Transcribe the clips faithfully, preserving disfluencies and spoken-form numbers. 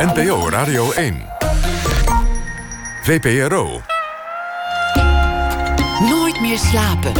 N P O Radio één. V P R O. Nooit meer slapen.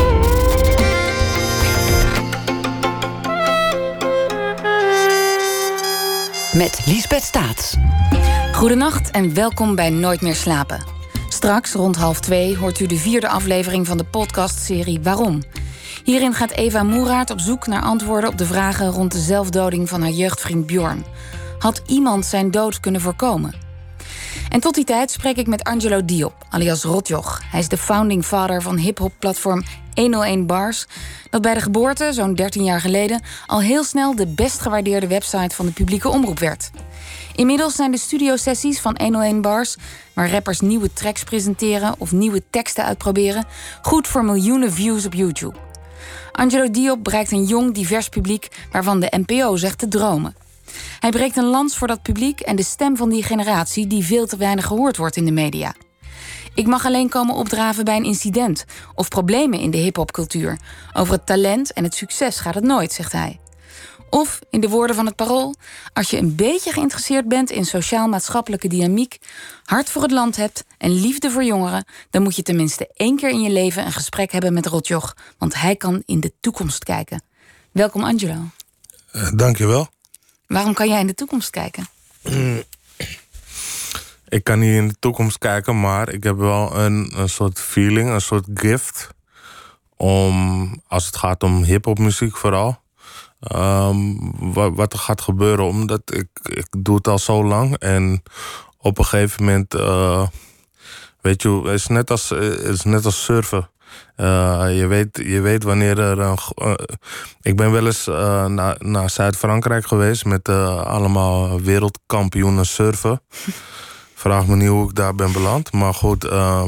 Met Liesbeth Staats. Goedenacht en welkom bij Nooit meer slapen. Straks, rond half twee, hoort u de vierde aflevering van de podcastserie Waarom? Hierin gaat Eva Moeraert op zoek naar antwoorden op de vragen rond de zelfdoding van haar jeugdvriend Bjorn. Had iemand zijn dood kunnen voorkomen? En tot die tijd spreek ik met Angelo Diop, alias Rotjoch. Hij is de founding father van hip-hop-platform honderdéén Bars, dat bij de geboorte, zo'n dertien jaar geleden, al heel snel de best gewaardeerde website van de publieke omroep werd. Inmiddels zijn de studiosessies van honderdéén Bars, waar rappers nieuwe tracks presenteren of nieuwe teksten uitproberen, goed voor miljoenen views op YouTube. Angelo Diop bereikt een jong, divers publiek waarvan de N P O zegt te dromen. Hij breekt een lans voor dat publiek en de stem van die generatie die veel te weinig gehoord wordt in de media. Ik mag alleen komen opdraven bij een incident of problemen in de hiphopcultuur. Over het talent en het succes gaat het nooit, zegt hij. Of, in de woorden van het Parool, als je een beetje geïnteresseerd bent in sociaal-maatschappelijke dynamiek, hart voor het land hebt en liefde voor jongeren, dan moet je tenminste één keer in je leven een gesprek hebben met Rotjoch, want hij kan in de toekomst kijken. Welkom, Angelo. Uh, Dank je wel. Waarom kan jij in de toekomst kijken? Ik kan niet in de toekomst kijken, maar ik heb wel een, een soort feeling, een soort gift. Om, als het gaat om hiphopmuziek vooral, um, wat, wat er gaat gebeuren. Omdat ik, ik doe het al zo lang. En op een gegeven moment, uh, weet je, het is net als, het is net als surfen. Uh, je, weet, je weet wanneer er een... Uh, ik ben wel eens uh, naar, naar Zuid-Frankrijk geweest met uh, allemaal wereldkampioenen surfen. Vraag me niet hoe ik daar ben beland, maar goed. Uh,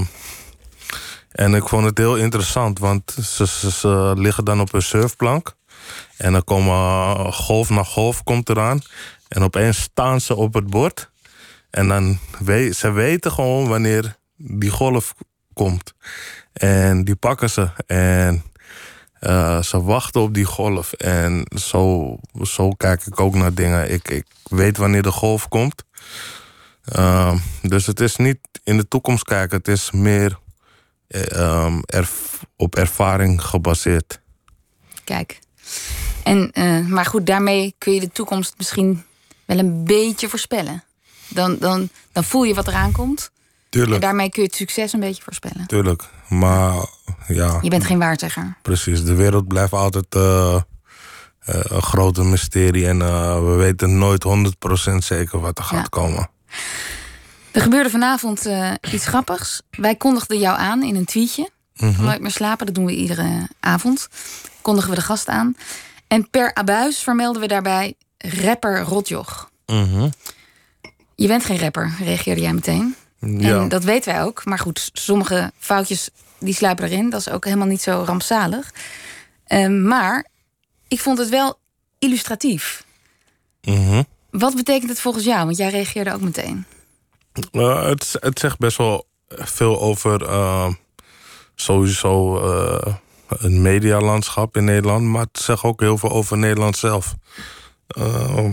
en ik vond het heel interessant, want ze, ze, ze liggen dan op een surfplank. En dan komen uh, golf na golf komt eraan. En opeens staan ze op het bord. En dan we, ze weten gewoon wanneer die golf komt. En die pakken ze. En uh, ze wachten op die golf. En zo, zo kijk ik ook naar dingen. Ik, ik weet wanneer de golf komt. Uh, dus het is niet in de toekomst kijken. Het is meer uh, erf, op ervaring gebaseerd. Kijk. En, uh, maar goed, daarmee kun je de toekomst misschien wel een beetje voorspellen. Dan, dan, dan voel je wat eraan komt. Tuurlijk. En daarmee kun je het succes een beetje voorspellen. Tuurlijk, maar ja... Je bent geen waarzegger. Precies, de wereld blijft altijd uh, uh, een grote mysterie. En uh, we weten nooit honderd procent zeker wat er gaat ja. komen. Er gebeurde vanavond uh, iets grappigs. Wij kondigden jou aan in een tweetje. Mm-hmm. Nooit meer slapen, dat doen we iedere avond. Kondigen we de gast aan. En per abuis vermelden we daarbij rapper Rotjoch. Mm-hmm. Je bent geen rapper, reageerde jij meteen. Ja. En dat weten wij ook. Maar goed, sommige foutjes die sluipen erin. Dat is ook helemaal niet zo rampzalig. Uh, maar ik vond het wel illustratief. Mm-hmm. Wat betekent het volgens jou? Want jij reageerde ook meteen. Uh, het, het zegt best wel veel over uh, sowieso uh, een medialandschap in Nederland. Maar het zegt ook heel veel over Nederland zelf. Uh,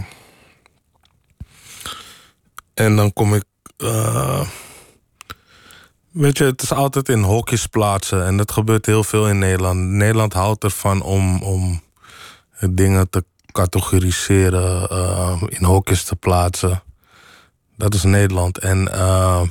en dan kom ik... Uh, weet je, het is altijd in hokjes plaatsen. En dat gebeurt heel veel in Nederland. Nederland houdt ervan om, om dingen te categoriseren, uh, in hokjes te plaatsen. Dat is Nederland. En uh,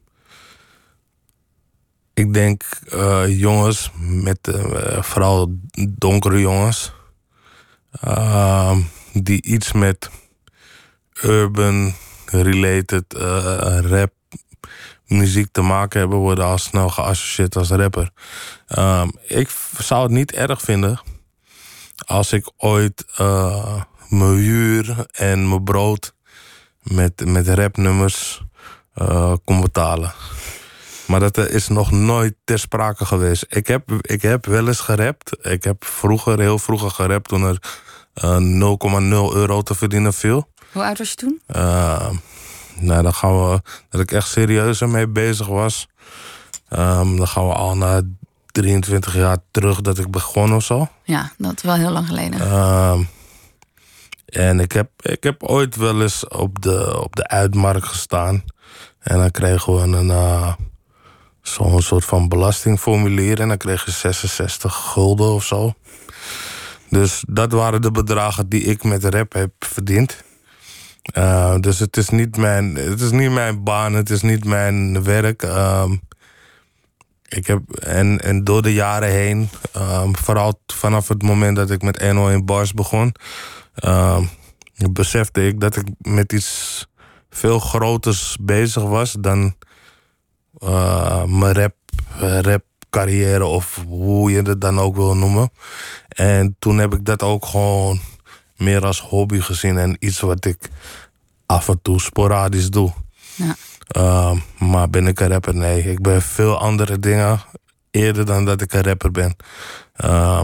ik denk uh, jongens, met uh, vooral donkere jongens, uh, die iets met urban related uh, rap muziek te maken hebben, worden al snel geassocieerd als rapper. Uh, ik zou het niet erg vinden als ik ooit uh, mijn huur en mijn brood met, met rapnummers uh, kon betalen. Maar dat is nog nooit ter sprake geweest. Ik heb, ik heb wel eens gerapt. Ik heb vroeger, heel vroeger gerapt toen er uh, nul komma nul euro te verdienen viel. Hoe oud was je toen? Uh, nou, dan gaan we, dat ik echt serieus ermee bezig was. Um, dan gaan we al naar drieëntwintig jaar terug dat ik begon of zo. Ja, dat is wel heel lang geleden. Uh, En ik heb, ik heb ooit wel eens op de, op de uitmarkt gestaan. En dan kregen we een uh, zo'n soort van belastingformulier. En dan kreeg je zesenzestig gulden of zo. Dus dat waren de bedragen die ik met rap heb verdiend. Uh, dus het is, niet mijn, het is niet mijn baan, het is niet mijn werk. Uh, ik heb, en, en door de jaren heen, uh, vooral vanaf het moment dat ik met honderdéén Bars begon... Uh, besefte ik dat ik met iets veel groters bezig was dan uh, mijn rap, rap carrière of hoe je het dan ook wil noemen. En toen heb ik dat ook gewoon meer als hobby gezien en iets wat ik af en toe sporadisch doe. Ja. Uh, maar ben ik een rapper? Nee, ik ben veel andere dingen eerder dan dat ik een rapper ben. Uh,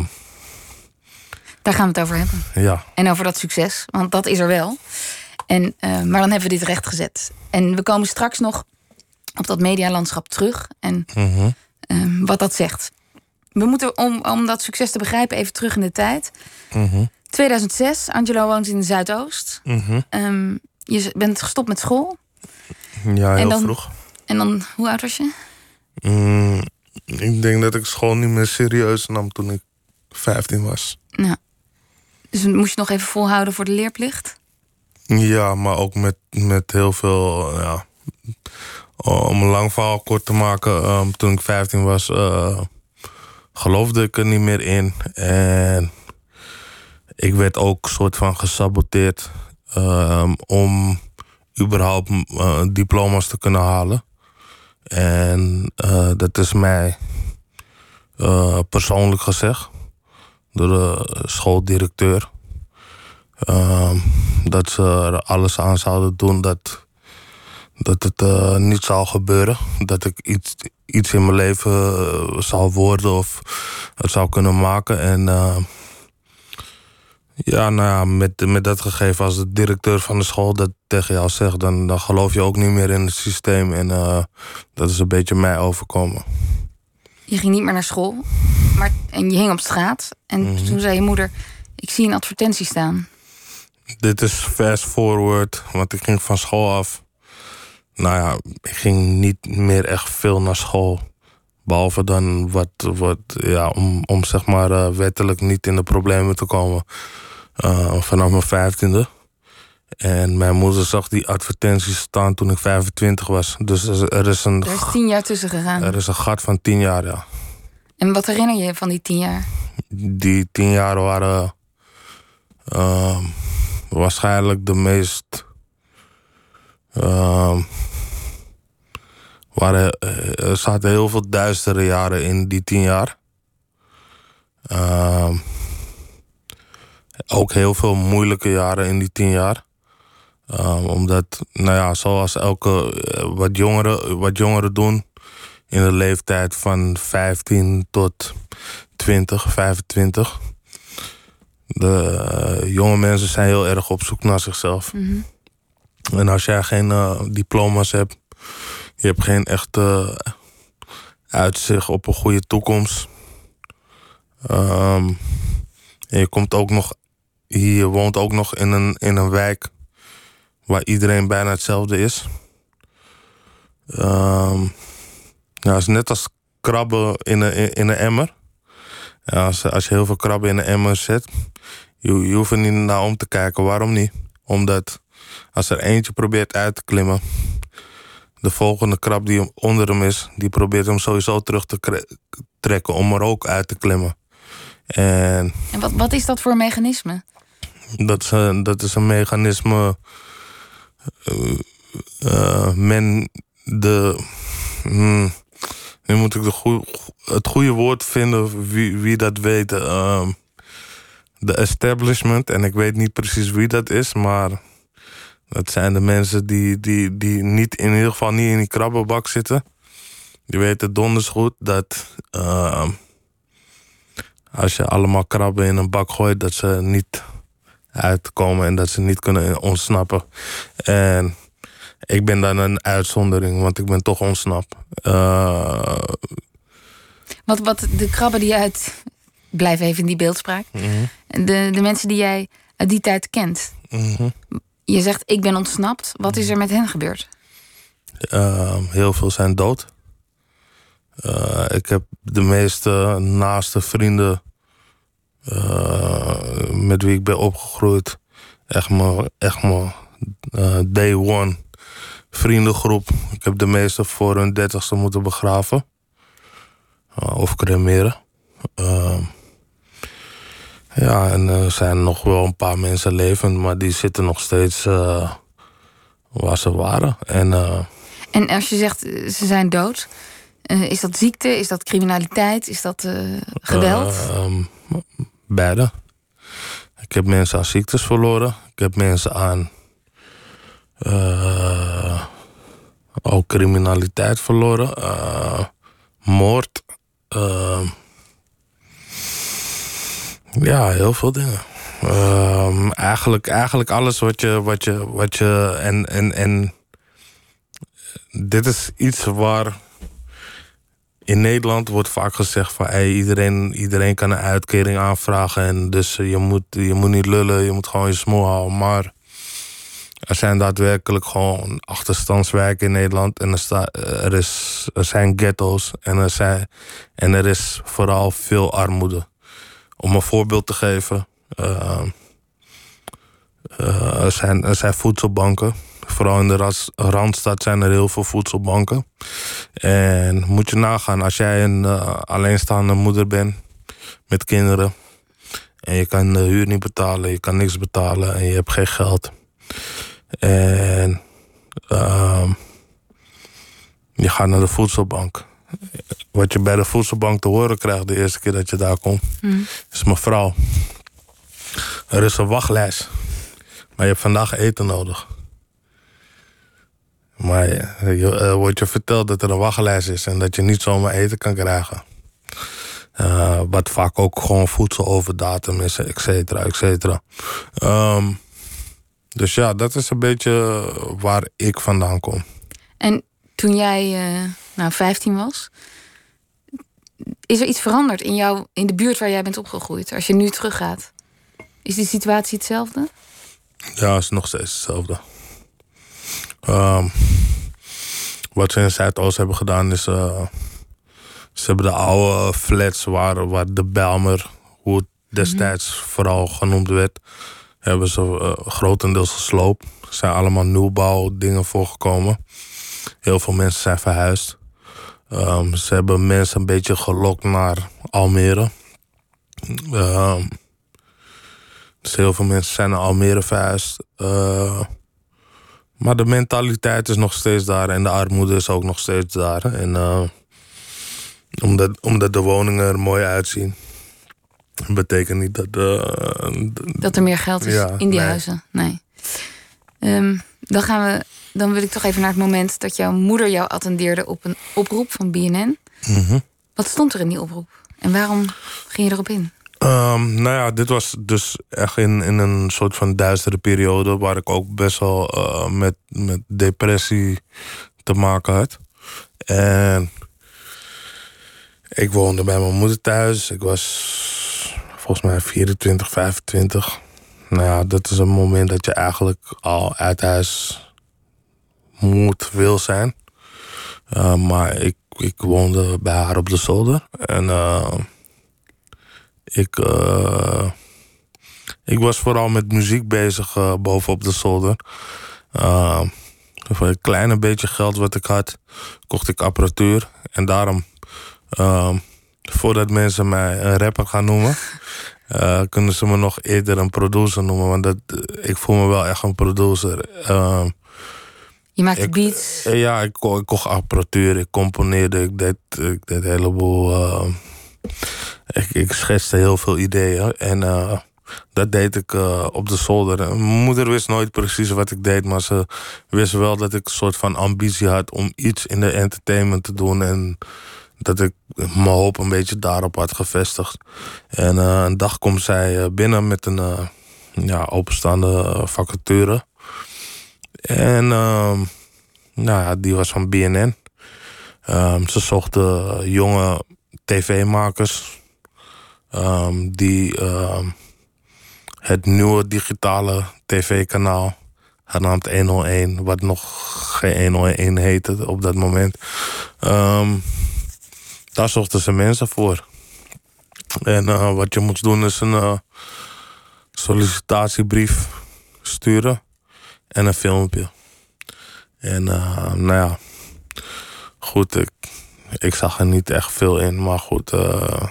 Daar gaan we het over hebben. Ja. En over dat succes, want dat is er wel. En, uh, maar dan hebben we dit rechtgezet. En we komen straks nog op dat medialandschap terug. En Mm-hmm. uh, wat dat zegt. We moeten, om, om dat succes te begrijpen, even terug in de tijd. Mm-hmm. tweeduizend zes, Angelo woont in de Zuidoost. Mm-hmm. Um, je bent gestopt met school. Ja, heel en dan, vroeg. En dan, hoe oud was je? Mm, ik denk dat ik school niet meer serieus nam toen ik vijftien was. Nou, dus moest je nog even volhouden voor de leerplicht? Ja, maar ook met, met heel veel... Ja, om een lang verhaal kort te maken, um, toen ik vijftien was... Uh, geloofde ik er niet meer in. En ik werd ook soort van gesaboteerd... Um, om überhaupt uh, diploma's te kunnen halen. En uh, dat is mij uh, persoonlijk gezegd door de schooldirecteur. Uh, dat ze er alles aan zouden doen dat, dat het uh, niet zou gebeuren. Dat ik iets, iets in mijn leven uh, zou worden of het zou kunnen maken. En uh, ja, nou ja, met, met dat gegeven, als de directeur van de school dat tegen jou zegt, dan, dan geloof je ook niet meer in het systeem. En uh, dat is een beetje mij overkomen. Je ging niet meer naar school, maar, en je hing op straat. En mm-hmm. toen zei je moeder, ik zie een advertentie staan. Dit is fast forward, want ik ging van school af. Nou ja, ik ging niet meer echt veel naar school. Behalve dan wat, wat ja, om, om zeg maar uh, wettelijk niet in de problemen te komen. Uh, vanaf mijn vijftiende. En mijn moeder zag die advertenties staan toen ik vijfentwintig was. Dus er is een... Er is tien jaar tussen gegaan. Er is een gat van tien jaar, ja. En wat herinner je van die tien jaar? Die tien jaar waren... Uh, waarschijnlijk de meest... Uh, waren, er zaten heel veel duistere jaren in die tien jaar. Uh, ook heel veel moeilijke jaren in die tien jaar. Uh, omdat, nou ja, zoals elke uh, wat jongeren, wat jongeren doen in de leeftijd van vijftien tot twintig, vijfentwintig. De uh, jonge mensen zijn heel erg op zoek naar zichzelf. Mm-hmm. En als jij geen uh, diploma's hebt, je hebt geen echte uitzicht op een goede toekomst. Um, en je komt ook nog, je woont ook nog in een, in een wijk waar iedereen bijna hetzelfde is. Um, ja, het is net als krabben in een, in een emmer. Ja, als, als je heel veel krabben in een emmer zet, je, je hoeft er niet naar om te kijken. Waarom niet? Omdat als er eentje probeert uit te klimmen, de volgende krab die onder hem is, die probeert hem sowieso terug te kre- trekken om er ook uit te klimmen. En, en wat, wat is dat voor een mechanisme? Dat is een, dat is een mechanisme. Uh, uh, men de. Hmm, nu moet ik de goeie, het goede woord vinden, wie, wie dat weet. Uh, de establishment, en ik weet niet precies wie dat is, maar dat zijn de mensen die, die, die niet, in ieder geval niet in die krabbenbak zitten. Die weten donders goed dat uh, als je allemaal krabben in een bak gooit, dat ze niet uitkomen en dat ze niet kunnen ontsnappen. En ik ben dan een uitzondering, want ik ben toch ontsnapt. Uh, wat, wat de krabben die uit... Blijf even in die beeldspraak. Mm-hmm. De, de mensen die jij uit die tijd kent. Mm-hmm. Je zegt, ik ben ontsnapt. Wat is er met hen gebeurd? Uh, heel veel zijn dood. Uh, ik heb de meeste naaste vrienden uh, met wie ik ben opgegroeid. Echt mijn, echt mijn uh, day one vriendengroep. Ik heb de meeste voor hun dertigste moeten begraven. Uh, of cremeren. Uh, ja, en er zijn nog wel een paar mensen levend, maar die zitten nog steeds uh, waar ze waren. En, uh, en als je zegt, ze zijn dood, uh, is dat ziekte, is dat criminaliteit, is dat uh, geweld? Uh, um, beide. Ik heb mensen aan ziektes verloren. Ik heb mensen aan uh, ook criminaliteit verloren. Uh, moord. Uh, ja, heel veel dingen. Uh, eigenlijk, eigenlijk alles wat je... Wat je, wat je en, en, en dit is iets waar... In Nederland wordt vaak gezegd van hey, iedereen, iedereen kan een uitkering aanvragen. En dus je moet, je moet niet lullen, je moet gewoon je smoel houden. Maar er zijn daadwerkelijk gewoon achterstandswijken in Nederland. En er, sta, er, is, er zijn ghetto's en er, zijn, en er is vooral veel armoede. Om een voorbeeld te geven. Uh, uh, er, zijn, er zijn voedselbanken. Vooral in de Randstad zijn er heel veel voedselbanken. En moet je nagaan, als jij een uh, alleenstaande moeder bent met kinderen en je kan de huur niet betalen, je kan niks betalen en je hebt geen geld. En uh, je gaat naar de voedselbank. Wat je bij de voedselbank te horen krijgt de eerste keer dat je daar komt, mm. is mevrouw, er is een wachtlijst, maar je hebt vandaag eten nodig. Maar uh, wordt je verteld dat er een wachtlijst is en dat je niet zomaar eten kan krijgen. Uh, wat vaak ook gewoon voedsel over datum is, et cetera, et cetera. Um, dus ja, dat is een beetje waar ik vandaan kom. En toen jij uh, nou, vijftien was, is er iets veranderd in jou, in de buurt waar jij bent opgegroeid? Als je nu teruggaat, is die situatie hetzelfde? Ja, het is nog steeds hetzelfde. Um, wat ze in Zuidoost hebben gedaan is... Uh, ze hebben de oude flats waar, waar de Bijlmer, hoe het destijds mm-hmm. vooral genoemd werd, hebben ze uh, grotendeels gesloopt. Er zijn allemaal nieuwbouwdingen voorgekomen. Heel veel mensen zijn verhuisd. Um, ze hebben mensen een beetje gelokt naar Almere. Um, dus heel veel mensen zijn naar Almere verhuisd. Uh, Maar de mentaliteit is nog steeds daar en de armoede is ook nog steeds daar. En uh, omdat, omdat de woningen er mooi uitzien, betekent niet dat... Uh, dat er meer geld is ja, in die nee. huizen. Nee. Um, dan, gaan we, dan wil ik toch even naar het moment dat jouw moeder jou attendeerde op een oproep van B N N. Mm-hmm. Wat stond er in die oproep? En waarom ging je erop in? Um, nou ja, dit was dus echt in, in een soort van duistere periode, waar ik ook best wel uh, met, met depressie te maken had. En ik woonde bij mijn moeder thuis. Ik was volgens mij vierentwintig, vijfentwintig. Nou ja, dat is een moment dat je eigenlijk al uit huis moet, wil zijn. Uh, maar ik, ik woonde bij haar op de zolder. En... Uh, Ik, uh, ik was vooral met muziek bezig uh, bovenop de zolder. Uh, voor een kleine beetje geld wat ik had, kocht ik apparatuur. En daarom, uh, voordat mensen mij een rapper gaan noemen, uh, kunnen ze me nog eerder een producer noemen. Want dat, ik voel me wel echt een producer. Uh, Je maakte ik, beats? Uh, ja, ik, ik kocht apparatuur, ik componeerde, ik deed, ik deed een heleboel... Uh, Ik, ik schetste heel veel ideeën en uh, dat deed ik uh, op de zolder. Mijn moeder wist nooit precies wat ik deed, maar ze wist wel dat ik een soort van ambitie had om iets in de entertainment te doen. En dat ik mijn hoop een beetje daarop had gevestigd. En uh, een dag komt zij binnen met een uh, ja, openstaande vacature. En uh, nou ja, die was van B N N. Uh, ze zochten jonge tv-makers. Um, die um, het nieuwe digitale tv-kanaal, genaamd honderdéén, wat nog geen honderdéén heette op dat moment. Um, daar zochten ze mensen voor. En uh, wat je moet doen is een uh, sollicitatiebrief sturen en een filmpje. En uh, nou ja, goed, ik, ik zag er niet echt veel in, maar goed. Uh,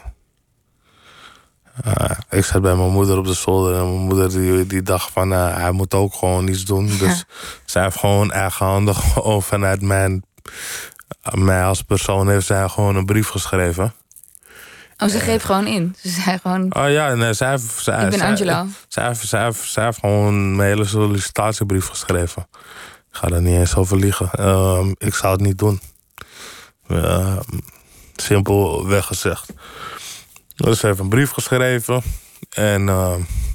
uh, ik zat bij mijn moeder op de zolder en mijn moeder die, die dacht van uh, hij moet ook gewoon iets doen. Ja. Dus zij heeft gewoon eigenhandig gewoon vanuit mijn, mij als persoon heeft zij gewoon een brief geschreven. Oh, ze greep gewoon in. Ze zei gewoon... Oh ja, nee, zij heeft... Zij, ik ben zij, Angelo. Zij heeft, zij, heeft, zij heeft gewoon mijn hele sollicitatiebrief geschreven. Ik ga er niet eens over liegen. Uh, ik zou het niet doen. Uh, simpel weggezegd. Dus ze heeft een brief geschreven. En... Uh,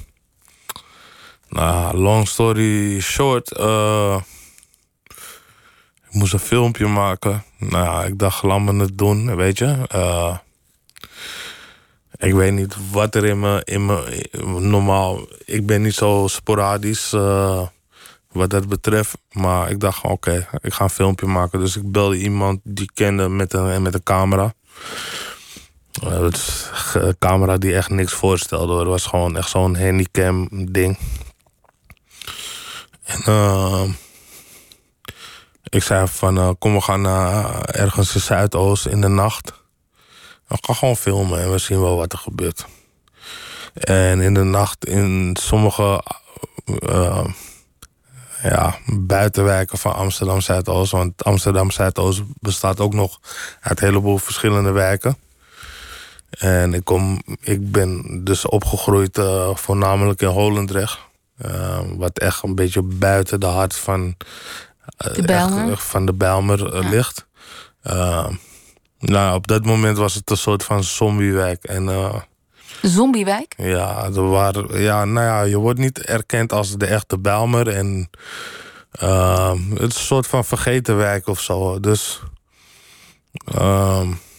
nou, long story short... Uh, ik moest een filmpje maken. Nou, ik dacht, laat me het doen, weet je. Uh, Ik weet niet wat er in me, in me... Normaal, ik ben niet zo sporadisch uh, wat dat betreft. Maar ik dacht, oké, okay, ik ga een filmpje maken. Dus ik belde iemand die ik kende met een, met een camera. Uh, het is een camera die echt niks voorstelde, hoor. Het was gewoon echt zo'n handycam ding. En uh, ik zei van, uh, kom, we gaan naar ergens in Zuidoost in de nacht. Ik ga gewoon filmen en we zien wel wat er gebeurt. En in de nacht in sommige uh, ja, buitenwijken van Amsterdam Zuidoost. Want Amsterdam Zuidoost bestaat ook nog uit een heleboel verschillende wijken. En ik, kom, ik ben dus opgegroeid uh, voornamelijk in Holendrecht. Uh, wat echt een beetje buiten de hart van, uh, de Bijlmer, echt, van de Bijlmer uh, ja. ligt. Uh, Nou, op dat moment was het een soort van zombiewijk. En, uh, zombiewijk? Ja, er waren, ja, nou ja, je wordt niet erkend als de echte Bijlmer. En uh, het is een soort van vergeten wijk of zo. Dus uh,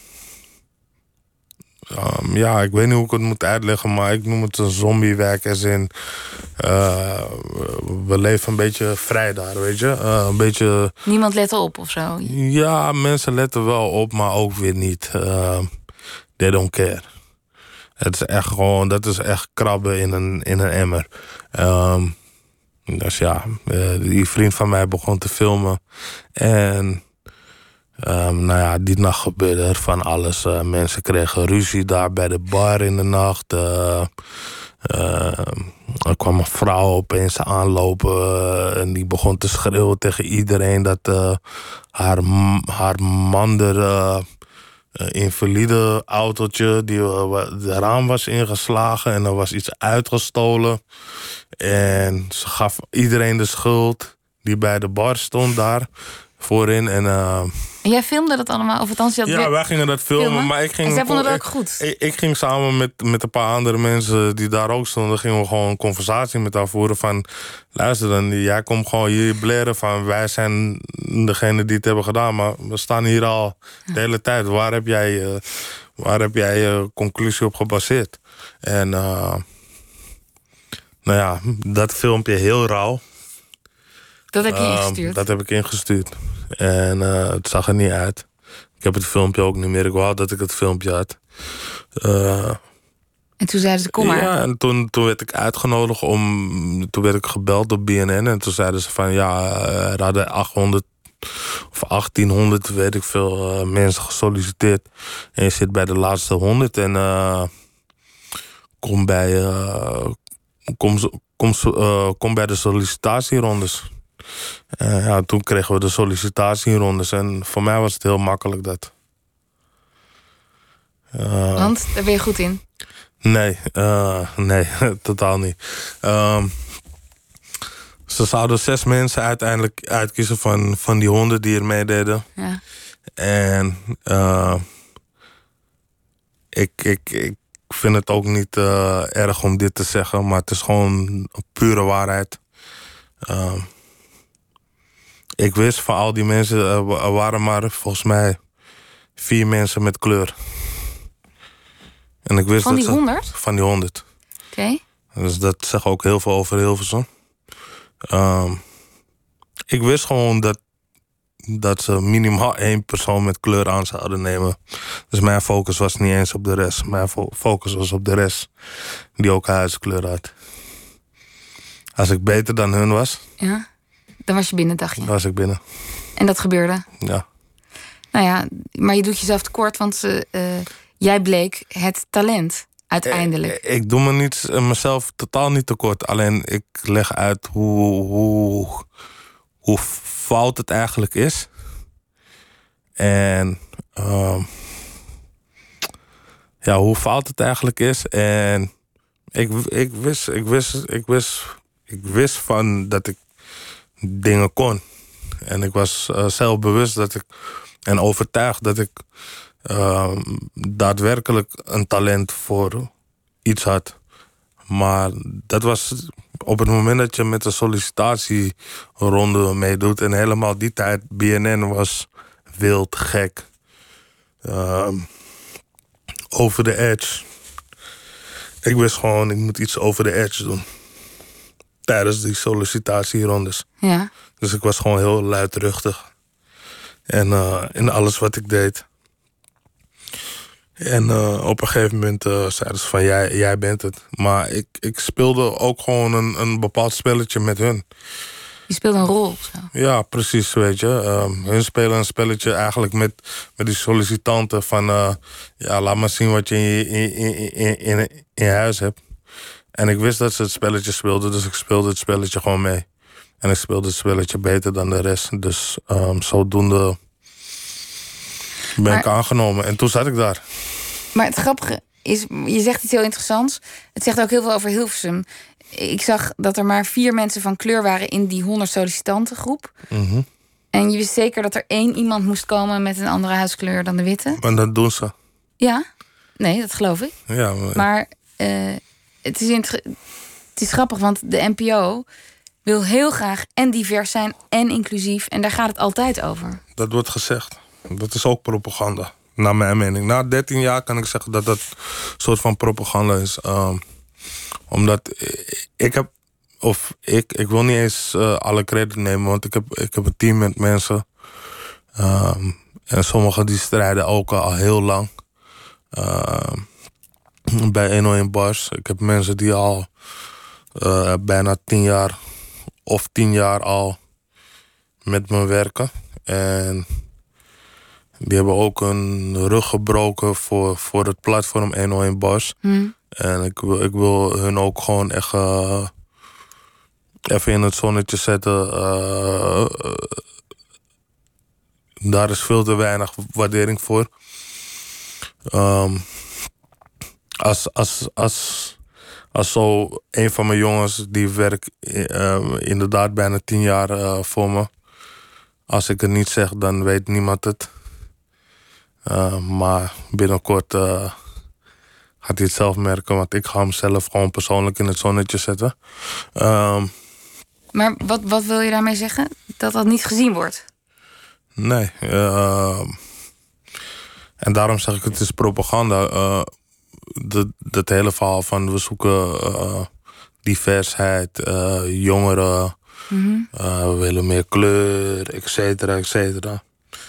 um, ja, ik weet niet hoe ik het moet uitleggen, maar ik noem het een zombiewijk. Als in, uh, we leven een beetje vrij daar, weet je. Uh, een beetje... Niemand let op of zo? Ja, mensen letten wel op, maar ook weer niet. Uh, they don't care. Het is echt gewoon, dat is echt krabben in een, in een emmer. Um, dus ja, uh, die vriend van mij begon te filmen. En um, nou ja, die nacht gebeurde er van alles. Uh, mensen kregen ruzie daar bij de bar in de nacht. Uh, uh, er kwam een vrouw opeens aanlopen uh, en die begon te schreeuwen tegen iedereen dat uh, haar, haar man er uh, een invalide autootje die uh, de raam was ingeslagen en er was iets uitgestolen. En ze gaf iedereen de schuld die bij de bar stond daar voorin. En, uh, en jij filmde dat allemaal? Of althans, je had ja, weer... wij gingen dat filmen. filmen? Maar ik ging, en zij vonden het ook ik, goed? Ik, ik ging samen met, met een paar andere mensen die daar ook stonden, gingen we gewoon een conversatie met haar voeren van, luister dan, jij komt gewoon hier blaren van, wij zijn degene die het hebben gedaan, maar we staan hier al de hele tijd. Waar heb jij, uh, waar heb jij je conclusie op gebaseerd? En uh, nou ja, dat filmpje heel rauw. Dat heb je uh, ingestuurd? Dat heb ik ingestuurd. En uh, het zag er niet uit. Ik heb het filmpje ook niet meer. Ik wou dat ik het filmpje had. Uh, en toen zeiden ze, kom maar. Ja, en toen, toen werd ik uitgenodigd om... Toen werd ik gebeld door B N N. En toen zeiden ze van, ja, er hadden achthonderd of achttienhonderd, weet ik veel, uh, mensen gesolliciteerd. En je zit bij de laatste honderd. En uh, kom bij... Uh, kom, kom, uh, kom bij de sollicitatierondes. Uh, ja, toen kregen we de sollicitatierondes. En voor mij was het heel makkelijk dat. Uh, Want daar ben je goed in? Nee, uh, nee, totaal niet. Uh, ze zouden zes mensen uiteindelijk uitkiezen van, van die honderd die er meededen. Ja. En uh, ik, ik, ik vind het ook niet uh, erg om dit te zeggen, maar het is gewoon pure waarheid. Uh, ik wist van al die mensen, uh, er waren maar volgens mij vier mensen met kleur. En ik wist van die dat ze, honderd? Van die honderd. Oké. Okay. Dus dat zegt ook heel veel over Hilversum. Um, ik wist gewoon dat, dat ze minimaal één persoon met kleur aan zouden nemen. Dus mijn focus was niet eens op de rest. Mijn fo- focus was op de rest die ook huidskleur had. Als ik beter dan hun was... Ja, dan was je binnen, dacht je. Dan was ik binnen. En dat gebeurde? Ja. Nou ja, maar je doet jezelf tekort, want uh, jij bleek het talent uiteindelijk. Ik, ik doe me niet, mezelf totaal niet tekort. Alleen ik leg uit hoe, hoe, hoe fout het eigenlijk is. En uh, ja, hoe fout het eigenlijk is. En ik, ik, wist, ik, wist, ik, wist, ik wist van dat ik dingen kon. En ik was uh, zelfbewust dat ik... En overtuigd dat ik uh, daadwerkelijk een talent voor iets had. Maar dat was op het moment dat je met een sollicitatieronde meedoet. En helemaal die tijd, B N N was wild, gek. Uh, over de edge. Ik wist gewoon, ik moet iets over de edge doen. Tijdens die sollicitatierondes. Ja. Dus ik was gewoon heel luidruchtig. En uh, in alles wat ik deed. En uh, op een gegeven moment uh, zeiden ze van jij, jij bent het. Maar ik, ik speelde ook gewoon een, een bepaald spelletje met hun. Je speelde een rol? Zo. Ja, precies, weet je. Um, hun spelen een spelletje eigenlijk met, met die sollicitanten van... Uh, ja, laat maar zien wat je in, in, in, in, in, in huis hebt. En ik wist dat ze het spelletje speelden, dus ik speelde het spelletje gewoon mee. En ik speelde het spelletje beter dan de rest. Dus um, zodoende ben maar, ik aangenomen. En toen zat ik daar. Maar het grappige is, je zegt iets heel interessants. Het zegt ook heel veel over Hilversum. Ik zag dat er maar vier mensen van kleur waren in die honderd sollicitantengroep. Mm-hmm. En je wist zeker dat er één iemand moest komen met een andere huidskleur dan de witte. Maar dat doen ze. Ja, nee, dat geloof ik. Ja, maar maar uh, het, is inter- het is grappig, want de N P O wil heel graag en divers zijn en inclusief. En daar gaat het altijd over. Dat wordt gezegd. Dat is ook propaganda, naar mijn mening. Na dertien jaar kan ik zeggen dat dat een soort van propaganda is. Um, omdat ik heb... Of ik, ik wil niet eens uh, alle credit nemen, want ik heb, ik heb een team met mensen. Um, en sommigen die strijden ook al heel lang. Uh, bij honderdéén Bars. Ik heb mensen die al uh, bijna tien jaar of tien jaar al met me werken. En die hebben ook een rug gebroken voor, voor het platform honderdéén Bars. Hmm. En ik, ik wil hun ook gewoon echt uh, even in het zonnetje zetten. Uh, uh, daar is veel te weinig waardering voor. Um, als, als, als, als zo een van mijn jongens, die werkt uh, inderdaad bijna tien jaar uh, voor me. Als ik het niet zeg, dan weet niemand het. Uh, maar binnenkort uh, gaat hij het zelf merken, want ik ga hem zelf gewoon persoonlijk in het zonnetje zetten. Um, maar wat, wat wil je daarmee zeggen? Dat dat niet gezien wordt? Nee. Uh, en daarom zeg ik, het is propaganda. Uh, dat, dat hele verhaal van we zoeken uh, diversiteit, uh, jongeren, mm-hmm. uh, we willen meer kleur, et cetera, et cetera.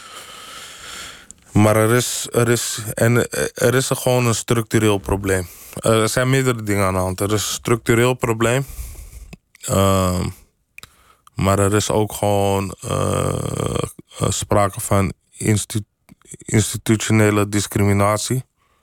Maar er is, er is, en er is er gewoon een structureel probleem. Er zijn meerdere dingen aan de hand. Er is een structureel probleem. Uh, maar er is ook gewoon uh, sprake van institu- institutionele discriminatie.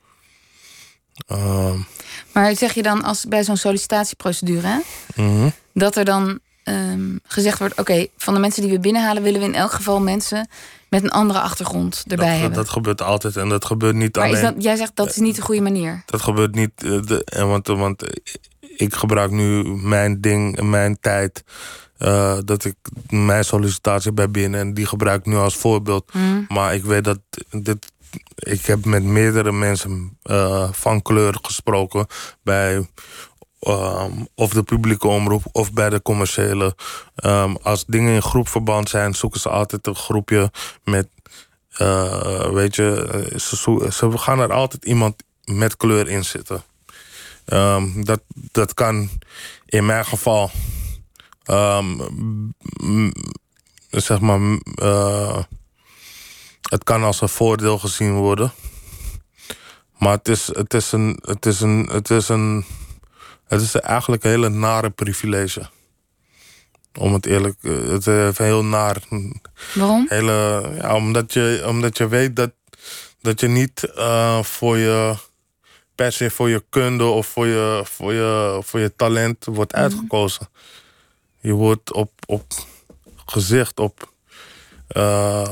Uh, maar zeg je dan als bij zo'n sollicitatieprocedure, hè? Mm-hmm. Dat er dan um, gezegd wordt, oké, okay, van de mensen die we binnenhalen willen we in elk geval mensen met een andere achtergrond erbij dat, hebben. Dat gebeurt altijd en dat gebeurt niet maar alleen. Is dat, jij zegt dat is niet de goede manier. Dat gebeurt niet, de, want, want ik gebruik nu mijn ding, mijn tijd, uh, dat ik mijn sollicitatie bij binnen en die gebruik ik nu als voorbeeld. Mm. Maar ik weet dat dit, ik heb met meerdere mensen uh, van kleur gesproken bij Um, of de publieke omroep of bij de commerciële. Um, als dingen in groepverband zijn, zoeken ze altijd een groepje met, uh, weet je, ze, ze gaan er altijd iemand met kleur in zitten. Um, dat, dat kan in mijn geval... Um, m, zeg maar... Uh, het kan als een voordeel gezien worden. Maar het is, het is een... Het is een... Het is een Het is eigenlijk een hele nare privilege. Om het eerlijk... Het is heel naar... Waarom? Hele, ja, omdat, je, omdat je weet dat, dat je niet uh, voor je... per se voor je kunde of voor je, voor je, voor je talent wordt mm. uitgekozen. Je wordt op, op gezicht, op... Uh,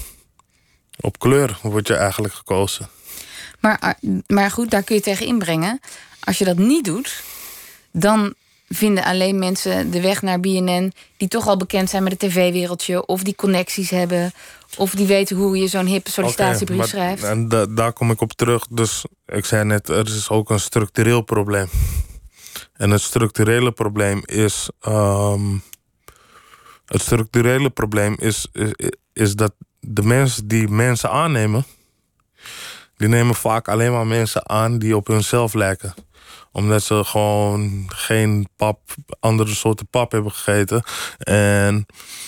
op kleur word je eigenlijk gekozen. Maar, maar goed, daar kun je tegen inbrengen. Als je dat niet doet... dan vinden alleen mensen de weg naar B N N... die toch al bekend zijn met het tv-wereldje... of die connecties hebben... of die weten hoe je zo'n hippe sollicitatiebrief okay, schrijft. En da- daar kom ik op terug. Dus ik zei net, er is ook een structureel probleem. En het structurele probleem is... Um, het structurele probleem is, is, is dat de mensen die mensen aannemen... die nemen vaak alleen maar mensen aan die op hunzelf lijken. Omdat ze gewoon geen pap, andere soorten pap hebben gegeten. En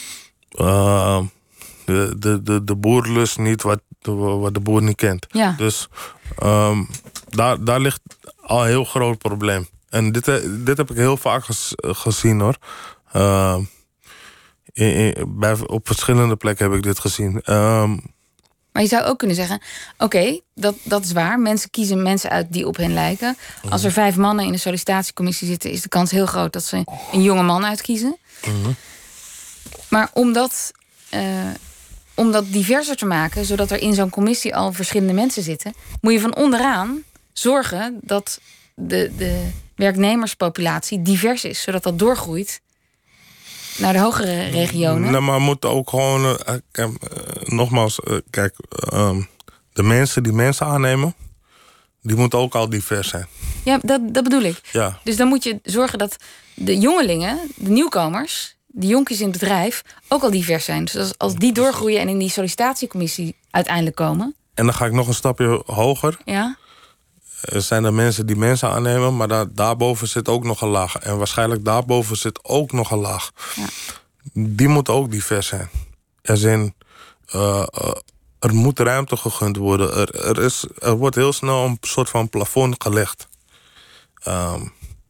uh, de, de, de, de boer lust niet wat, wat de boer niet kent. Ja. Dus um, daar, daar ligt al een heel groot probleem. En dit, dit heb ik heel vaak gez, gezien hoor. Uh, in, in, bij, op verschillende plekken heb ik dit gezien. Um, Maar je zou ook kunnen zeggen... oké, okay, dat, dat is waar. Mensen kiezen mensen uit die op hen lijken. Als er vijf mannen in een sollicitatiecommissie zitten... is de kans heel groot dat ze een jonge man uitkiezen. Uh-huh. Maar om dat, uh, om dat diverser te maken... zodat er in zo'n commissie al verschillende mensen zitten... moet je van onderaan zorgen dat de, de werknemerspopulatie divers is. Zodat dat doorgroeit... naar de hogere regionen. Nou, maar we moeten ook gewoon... Uh, uh, nogmaals, uh, kijk... Uh, de mensen die mensen aannemen... die moeten ook al divers zijn. Ja, dat, dat bedoel ik. Ja. Dus dan moet je zorgen dat de jongelingen... de nieuwkomers, de jonkies in het bedrijf... ook al divers zijn. Dus als, als die doorgroeien en in die sollicitatiecommissie uiteindelijk komen... En dan ga ik nog een stapje hoger. Ja. Er zijn er mensen die mensen aannemen... maar daar, daarboven zit ook nog een laag. En waarschijnlijk daarboven zit ook nog een laag. Ja. Die moeten ook divers zijn. Er, zijn uh, uh, er moet ruimte gegund worden. Er, er, is, er wordt heel snel een soort van plafond gelegd. Um,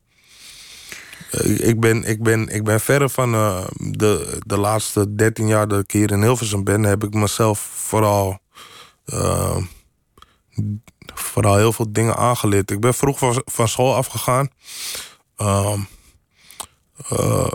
ik, ben, ik, ben, ik ben verre van uh, de, de laatste dertien jaar dat ik hier in Hilversum ben... heb ik mezelf vooral... Uh, vooral heel veel dingen aangeleerd. Ik ben vroeg van, van school afgegaan. Um, uh,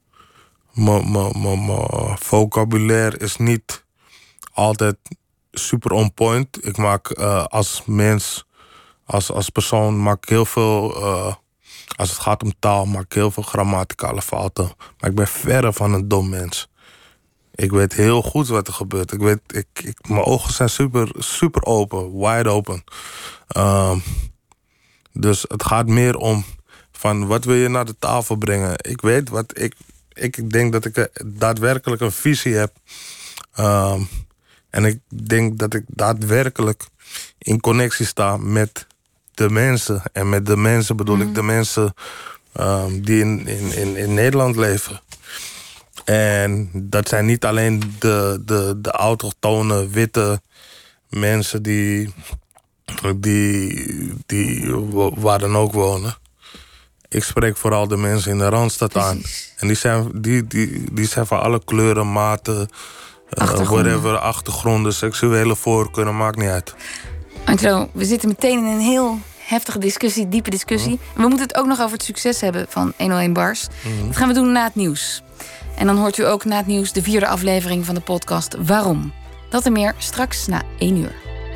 Mijn vocabulaire is niet altijd super on point. Ik maak uh, als mens, als, als persoon, maak ik heel veel... Uh, als het gaat om taal, maak ik heel veel grammaticale fouten. Maar ik ben verre van een dom mens. Ik weet heel goed wat er gebeurt. Ik weet, ik, ik, mijn ogen zijn super, super open, wide open. Um, dus het gaat meer om van wat wil je naar de tafel brengen. Ik weet wat ik, ik denk dat ik daadwerkelijk een visie heb. Um, en ik denk dat ik daadwerkelijk in connectie sta met de mensen. En met de mensen bedoel mm. ik de mensen um, die in, in, in, in Nederland leven. En dat zijn niet alleen de, de, de autochtone, witte mensen die, die, die waar dan ook wonen. Ik spreek vooral de mensen in de Randstad aan. En die zijn, die, die, die zijn van alle kleuren, maten, achtergronden. Uh, whatever, achtergronden, seksuele voorkeuren, maakt niet uit. Angelo, we zitten meteen in een heel heftige discussie, diepe discussie. Mm. We moeten het ook nog over het succes hebben van honderdéén Bars. Mm. Dat gaan we doen na het nieuws. En dan hoort u ook na het nieuws de vierde aflevering van de podcast Waarom? Dat en meer straks na één uur.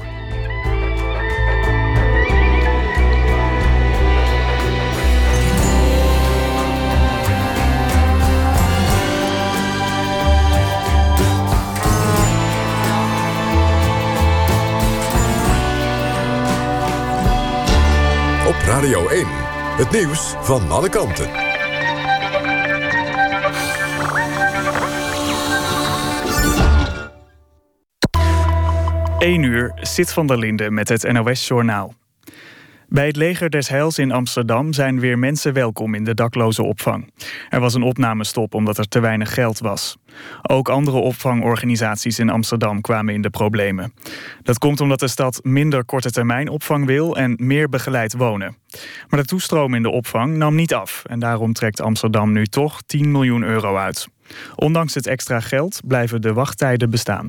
Op Radio één, het nieuws van alle kanten. één uur, Sid van der Linde met het N O S-journaal. Bij het Leger des Heils in Amsterdam zijn weer mensen welkom in de daklozenopvang. Er was een opnamestop omdat er te weinig geld was. Ook andere opvangorganisaties in Amsterdam kwamen in de problemen. Dat komt omdat de stad minder korte termijn opvang wil en meer begeleid wonen. Maar de toestroom in de opvang nam niet af en daarom trekt Amsterdam nu toch tien miljoen euro uit. Ondanks het extra geld blijven de wachttijden bestaan.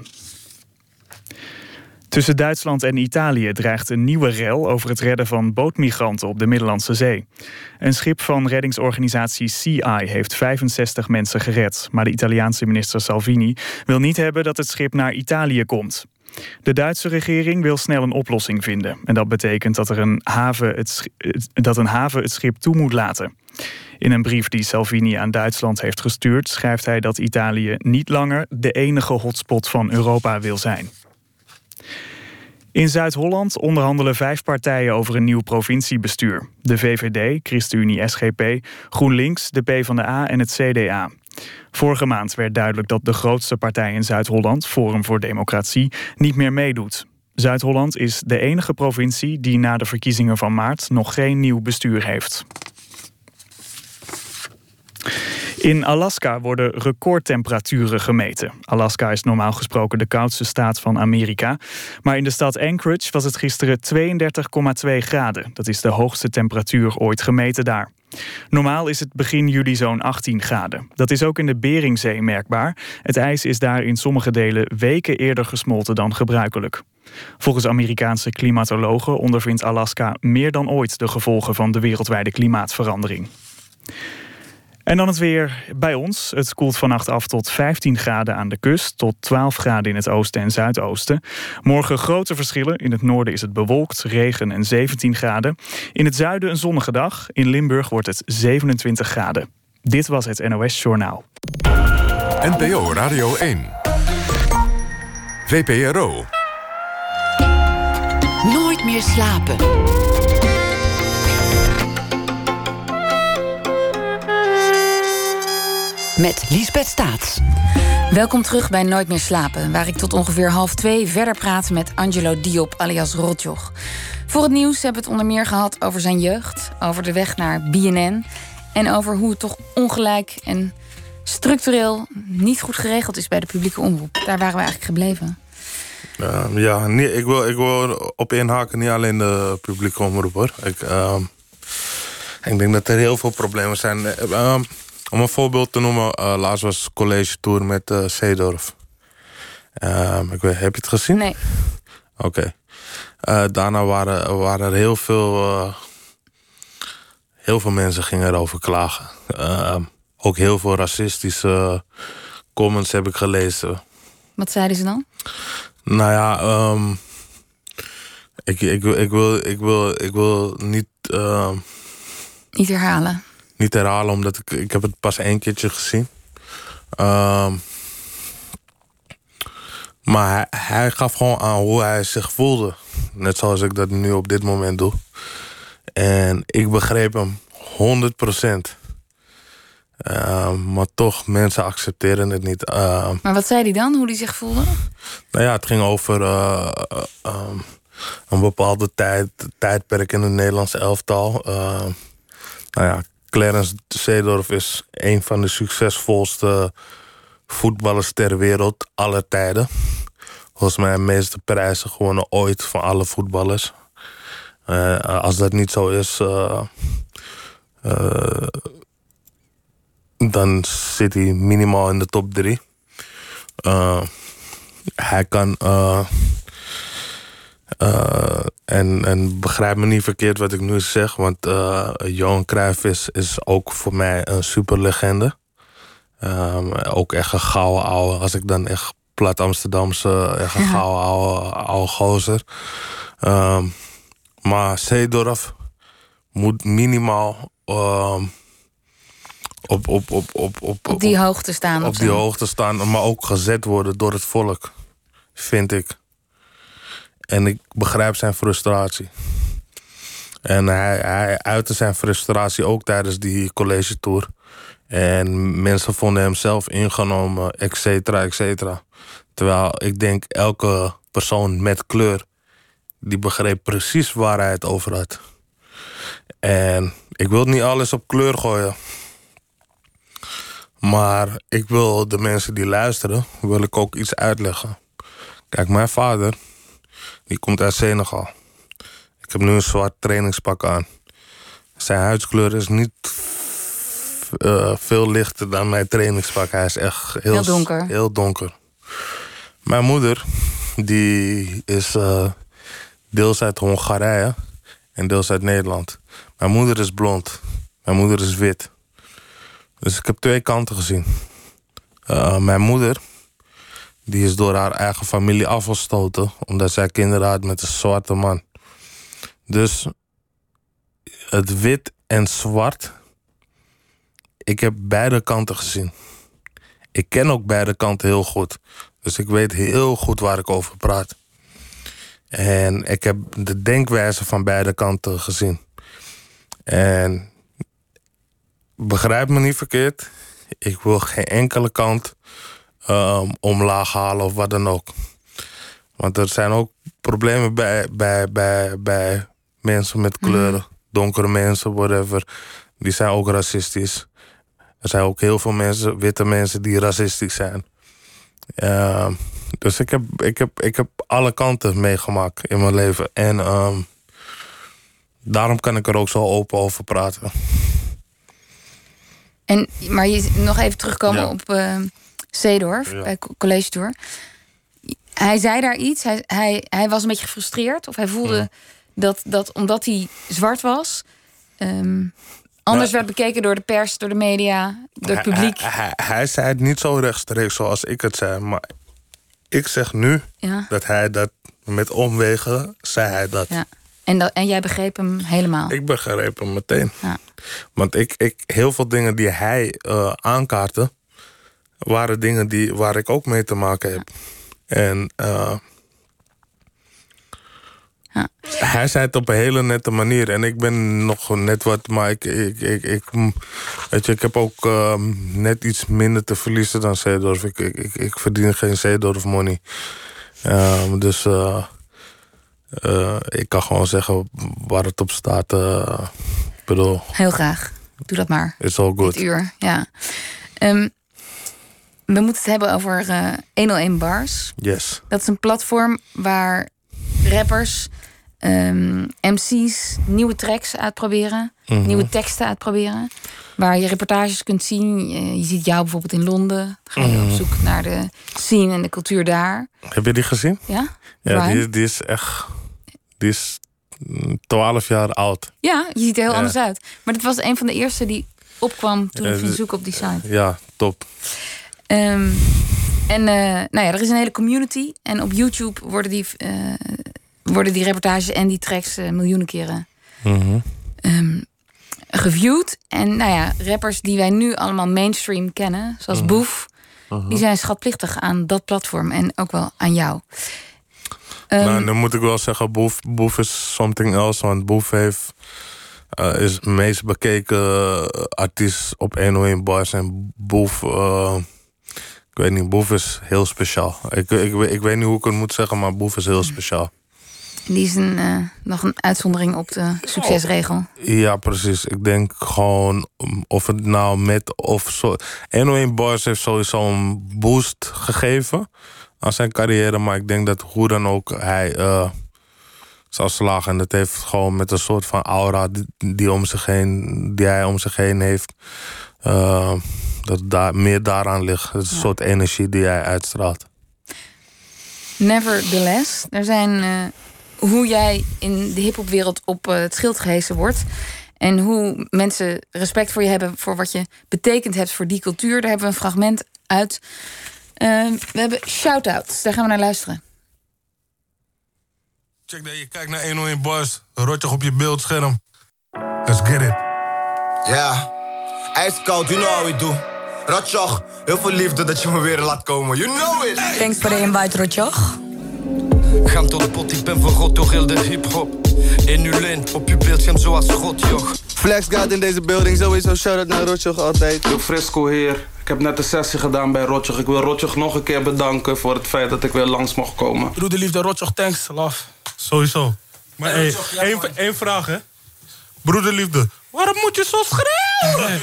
Tussen Duitsland en Italië dreigt een nieuwe rel over het redden van bootmigranten op de Middellandse Zee. Een schip van reddingsorganisatie Sea Eye heeft vijfenzestig mensen gered, maar de Italiaanse minister Salvini wil niet hebben dat het schip naar Italië komt. De Duitse regering wil snel een oplossing vinden en dat betekent dat, er een, haven het, sch- dat een haven het schip toe moet laten. In een brief die Salvini aan Duitsland heeft gestuurd schrijft hij dat Italië niet langer de enige hotspot van Europa wil zijn. In Zuid-Holland onderhandelen vijf partijen over een nieuw provinciebestuur. De V V D, ChristenUnie S G P, GroenLinks, de PvdA en het C D A. Vorige maand werd duidelijk dat de grootste partij in Zuid-Holland, Forum voor Democratie, niet meer meedoet. Zuid-Holland is de enige provincie die na de verkiezingen van maart nog geen nieuw bestuur heeft. In Alaska worden recordtemperaturen gemeten. Alaska is normaal gesproken de koudste staat van Amerika. Maar in de stad Anchorage was het gisteren tweeëndertig komma twee graden. Dat is de hoogste temperatuur ooit gemeten daar. Normaal is het begin juli zo'n achttien graden. Dat is ook in de Beringzee merkbaar. Het ijs is daar in sommige delen weken eerder gesmolten dan gebruikelijk. Volgens Amerikaanse klimatologen ondervindt Alaska meer dan ooit de gevolgen van de wereldwijde klimaatverandering. En dan het weer bij ons. Het koelt vannacht af tot vijftien graden aan de kust, tot twaalf graden in het oosten en zuidoosten. Morgen grote verschillen. In het noorden is het bewolkt, regen en zeventien graden. In het zuiden een zonnige dag. In Limburg wordt het zevenentwintig graden. Dit was het N O S Journaal. N P O Radio één. V P R O. Nooit meer slapen. Met Liesbeth Staats. Welkom terug bij Nooit meer slapen, waar ik tot ongeveer half twee verder praat met Angelo Diop alias Rotjoch. Voor het nieuws hebben we het onder meer gehad over zijn jeugd, over de weg naar B N N en over hoe het toch ongelijk en structureel niet goed geregeld is bij de publieke omroep. Daar waren we eigenlijk gebleven. Uh, ja, nee, ik, wil, ik wil op inhaken, niet alleen de publieke omroep hoor. Ik, uh, ik denk dat er heel veel problemen zijn. Uh, Om een voorbeeld te noemen, uh, laatst was college tour met uh, Zeedorf. Uh, ik weet, heb je het gezien? Nee. Oké. Okay. Uh, daarna waren, waren er heel veel, uh, heel veel mensen gingen erover klagen. Uh, ook heel veel racistische comments heb ik gelezen. Wat zeiden ze dan? Nou ja, um, ik, ik, ik, wil, ik, wil, ik wil niet... Uh, niet herhalen. Niet herhalen, omdat ik, ik heb het pas één keertje gezien. Um, maar hij, hij gaf gewoon aan hoe hij zich voelde. Net zoals ik dat nu op dit moment doe. En ik begreep hem honderd procent. Uh, maar toch, mensen accepteren het niet. Uh, maar wat zei hij dan, hoe hij zich voelde? Nou ja, het ging over uh, uh, um, een bepaalde tijd, tijdperk in het Nederlandse elftal. Uh, nou ja, Clarence Seedorf is een van de succesvolste voetballers ter wereld, aller tijden. Volgens mij de meeste prijzen gewonnen ooit van alle voetballers. Uh, als dat niet zo is, uh, uh, dan zit hij minimaal in de top drie. Uh, hij kan... Uh, Uh, en, en begrijp me niet verkeerd wat ik nu zeg, want uh, Johan Cruijff is, is ook voor mij een superlegende. Um, ook echt een gouden ouwe, als ik dan echt plat Amsterdamse, echt een gouden ouwe, ouwe gozer. Um, maar Seedorf moet minimaal um, op, op, op, op, op, op die hoogte staan. Op, op die hoogte staan, maar ook gezet worden door het volk, vind ik. En ik begrijp zijn frustratie. En hij, hij uitte zijn frustratie ook tijdens die college tour. En mensen vonden hem zelf ingenomen, et cetera, et cetera. Terwijl ik denk, elke persoon met kleur, die begreep precies waar hij het over had. En ik wil niet alles op kleur gooien. Maar ik wil de mensen die luisteren, wil ik ook iets uitleggen. Kijk, mijn vader, die komt uit Senegal. Ik heb nu een zwart trainingspak aan. Zijn huidskleur is niet uh, veel lichter dan mijn trainingspak. Hij is echt heel, heel donker. Heel donker. Mijn moeder, die is uh, deels uit Hongarije en deels uit Nederland. Mijn moeder is blond. Mijn moeder is wit. Dus ik heb twee kanten gezien. Uh, mijn moeder, die is door haar eigen familie afgestoten, omdat zij kinderen had met een zwarte man. Dus het wit en zwart, ik heb beide kanten gezien. Ik ken ook beide kanten heel goed. Dus ik weet heel goed waar ik over praat. En ik heb de denkwijze van beide kanten gezien. En begrijp me niet verkeerd, ik wil geen enkele kant um, omlaag halen of wat dan ook. Want er zijn ook problemen bij, bij, bij, bij mensen met kleuren. Mm. Donkere mensen, whatever. Die zijn ook racistisch. Er zijn ook heel veel mensen, witte mensen, die racistisch zijn. Uh, dus ik heb, ik, heb, ik heb alle kanten meegemaakt in mijn leven. En um, daarom kan ik er ook zo open over praten. En, maar je, nog even terugkomen ja. op uh, Zeedorf, ja. bij College Tour. Hij zei daar iets, hij, hij, hij was een beetje gefrustreerd. Of hij voelde ja. dat, dat omdat hij zwart was, Um, anders ja. werd bekeken door de pers, door de media, door het publiek. Hij, hij, hij, hij zei het niet zo rechtstreeks zoals ik het zei. Maar ik zeg nu ja. dat hij dat met omwegen zei hij dat. Ja. En, dat, en jij begreep hem helemaal? Ik begreep hem meteen. Ja. Want ik, ik, heel veel dingen die hij uh, aankaartte, waren dingen die, waar ik ook mee te maken heb. Ja. En uh, ja. hij zei het op een hele nette manier. En ik ben nog net wat, maar ik, ik, ik, ik, weet je, ik heb ook uh, net iets minder te verliezen dan Zeedorf. Ik, ik, ik, ik verdien geen Zeedorf money. Uh, dus uh, uh, ik kan gewoon zeggen waar het op staat. Uh, ik bedoel, heel graag. Doe dat maar. It's all good. Dit uur, ja. Um, we moeten het hebben over uh, honderdéén Bars. Yes. Dat is een platform waar rappers, um, M C's nieuwe tracks uitproberen. Mm-hmm. Nieuwe teksten uitproberen. Waar je reportages kunt zien. Je, je ziet jou bijvoorbeeld in Londen. Dan ga je mm-hmm. op zoek naar de scene en de cultuur daar. Heb je die gezien? Ja. Ja, die, die is echt... Die is twaalf jaar oud. Ja, je ziet er heel ja. anders uit. Maar dit was een van de eerste die opkwam toen ik ging zoeken op die site. Ja, top. Um, en uh, nou ja, er is een hele community. En op YouTube worden die, uh, worden die reportages en die tracks uh, miljoenen keren mm-hmm. um, geviewd. En nou ja, rappers die wij nu allemaal mainstream kennen, zoals mm-hmm. Boef, mm-hmm. die zijn schatplichtig aan dat platform en ook wel aan jou. Um, nou, dan moet ik wel zeggen, Boef, Boef is something else. Want Boef heeft, uh, is het meest bekeken artiest op honderdéén Bars. En Boef, uh, ik weet niet, Boef is heel speciaal. Ik, ik, ik weet niet hoe ik het moet zeggen, maar Boef is heel speciaal. Die is een, uh, nog een uitzondering op de succesregel. Ja, precies. Ik denk gewoon, of het nou met of zo... honderdéén Bars heeft sowieso een boost gegeven aan zijn carrière, maar ik denk dat hoe dan ook hij uh, zal slagen. En dat heeft gewoon met een soort van aura die, die, om zich heen, die hij om zich heen heeft, uh, dat daar, meer daaraan ligt. Het is ja. een soort energie die hij uitstraalt. Nevertheless, er zijn uh, hoe jij in de hiphopwereld op uh, het schild gehesen wordt en hoe mensen respect voor je hebben voor wat je betekend hebt voor die cultuur. Daar hebben we een fragment uit. Uh, we hebben shout-outs, daar gaan we naar luisteren. Check dat je kijkt naar honderdéén Bars, rottig op je beeldscherm. Let's get it. Ja, yeah. ijskoud, you know how we do. Rotjoch, heel veel liefde dat je me weer laat komen, you know it. Thanks voor de invite, Rotjoch. Gaan tot de pot, ik ben verrot door heel de hip-hop. In uw lijn, op je beeldscherm zoals Rotjoch. Flex gaat in deze building, sowieso shout-out naar Rotjoch altijd. Yo, Fresco hier. Ik heb net een sessie gedaan bij Rotjoch. Ik wil Rotjoch nog een keer bedanken voor het feit dat ik weer langs mocht komen. Broeder liefde, Rotjoch, thanks, love. Sowieso. Maar hey, één, één vraag, hè. Broederliefde. Waarom moet je zo schreeuwen?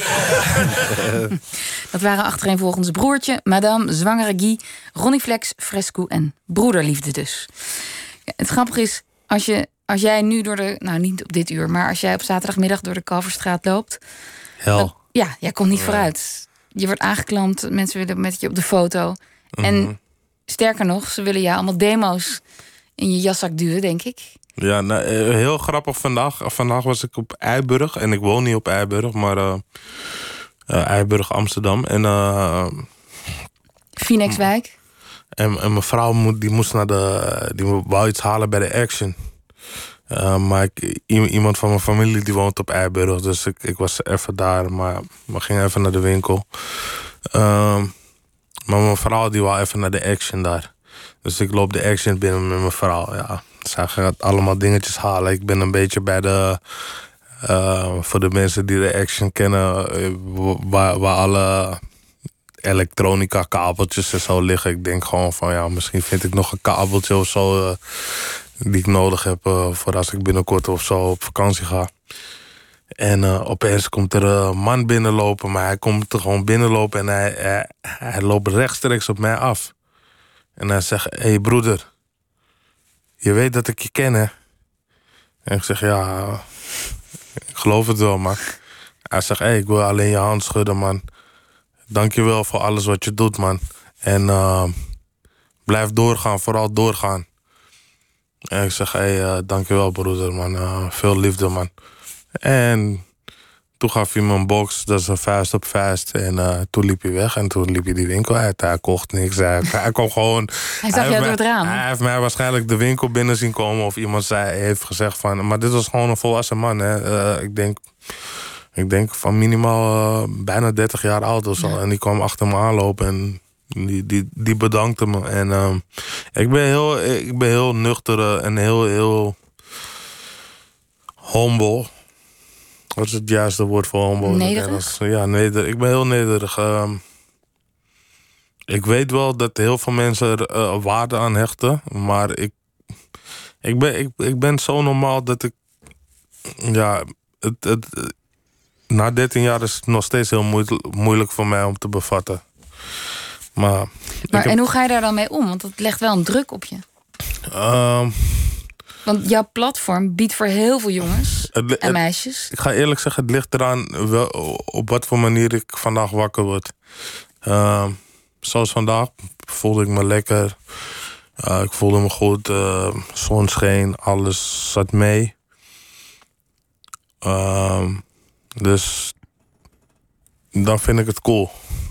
Dat waren achtereenvolgens Broertje, Madame, Zwangere Guy, Ronnie Flex, Fresco en Broederliefde dus. Ja, het grappige is, als, je, als jij nu door de... Nou, niet op dit uur, maar als jij op zaterdagmiddag door de Kalverstraat loopt... Hel. Dan, ja, jij komt niet Ja. vooruit. Je wordt aangeklampt, mensen willen met je op de foto. En Mhm. sterker nog, ze willen jou allemaal demo's in je jaszak duwen, denk ik. Ja, nou, eh, heel grappig vandaag. Vandaag was ik op Eiburg. En ik woon niet op Eiburg, maar uh, uh, Eiburg, Amsterdam. En, uh, Phoenixwijk. en, en mijn vrouw moet, die moest naar de... Die wou iets halen bij de Action. Uh, maar ik, i- iemand van mijn familie die woont op Eiburg. Dus ik, ik was even daar. Maar we gingen even naar de winkel. Uh, maar mijn vrouw die wou even naar de Action daar. Dus ik loop de Action binnen met mijn vrouw. Ja, zij gaat allemaal dingetjes halen. Ik ben een beetje bij de... Uh, voor de mensen die de Action kennen... uh, waar, waar alle elektronica kabeltjes en zo liggen. Ik denk gewoon van ja, misschien vind ik nog een kabeltje of zo... Uh, die ik nodig heb uh, voor als ik binnenkort of zo op vakantie ga. En uh, opeens komt er een man binnenlopen... maar hij komt er gewoon binnenlopen en hij, hij, hij loopt rechtstreeks op mij af. En hij zegt, hé hey, broeder... je weet dat ik je ken, hè? En ik zeg, ja... ik geloof het wel, man. Hij zegt, hé, hey, ik wil alleen je hand schudden, man. Dank je wel voor alles wat je doet, man. En uh, blijf doorgaan, vooral doorgaan. En ik zeg, hé, hey, uh, dank je wel, broeder, man. Uh, veel liefde, man. En toen gaf hij me een box, dat is een vuist op vuist. En uh, toen liep hij weg en toen liep hij die winkel uit. Hij kocht niks, hij, hij kon gewoon... Hij zag jou door het raam. Hij heeft mij waarschijnlijk de winkel binnen zien komen... of iemand zei, heeft gezegd van... maar dit was gewoon een volwassen man, hè. Uh, ik denk... Ik denk van minimaal uh, bijna dertig jaar oud of zo. Ja. En die kwam achter me aanlopen en die, die, die bedankte me. En uh, ik, ben heel, ik ben heel nuchter uh, en heel, heel humble. Wat is het juiste woord voor humble? Nederig? Ja, nederig. Ik ben heel nederig. Uh, ik weet wel dat heel veel mensen er uh, waarde aan hechten. Maar ik, ik, ben, ik, ik ben zo normaal dat ik... Ja, het... het na dertien jaar is het nog steeds heel moeilijk voor mij om te bevatten. Maar, maar heb... En hoe ga je daar dan mee om? Want dat legt wel een druk op je. Uh, Want jouw platform biedt voor heel veel jongens het, en meisjes... Het, ik ga eerlijk zeggen, het ligt eraan wel, op wat voor manier ik vandaag wakker word. Uh, zoals vandaag voelde ik me lekker. Uh, ik voelde me goed. Uh, zon scheen, alles zat mee. Uh, Dus dan vind ik het cool.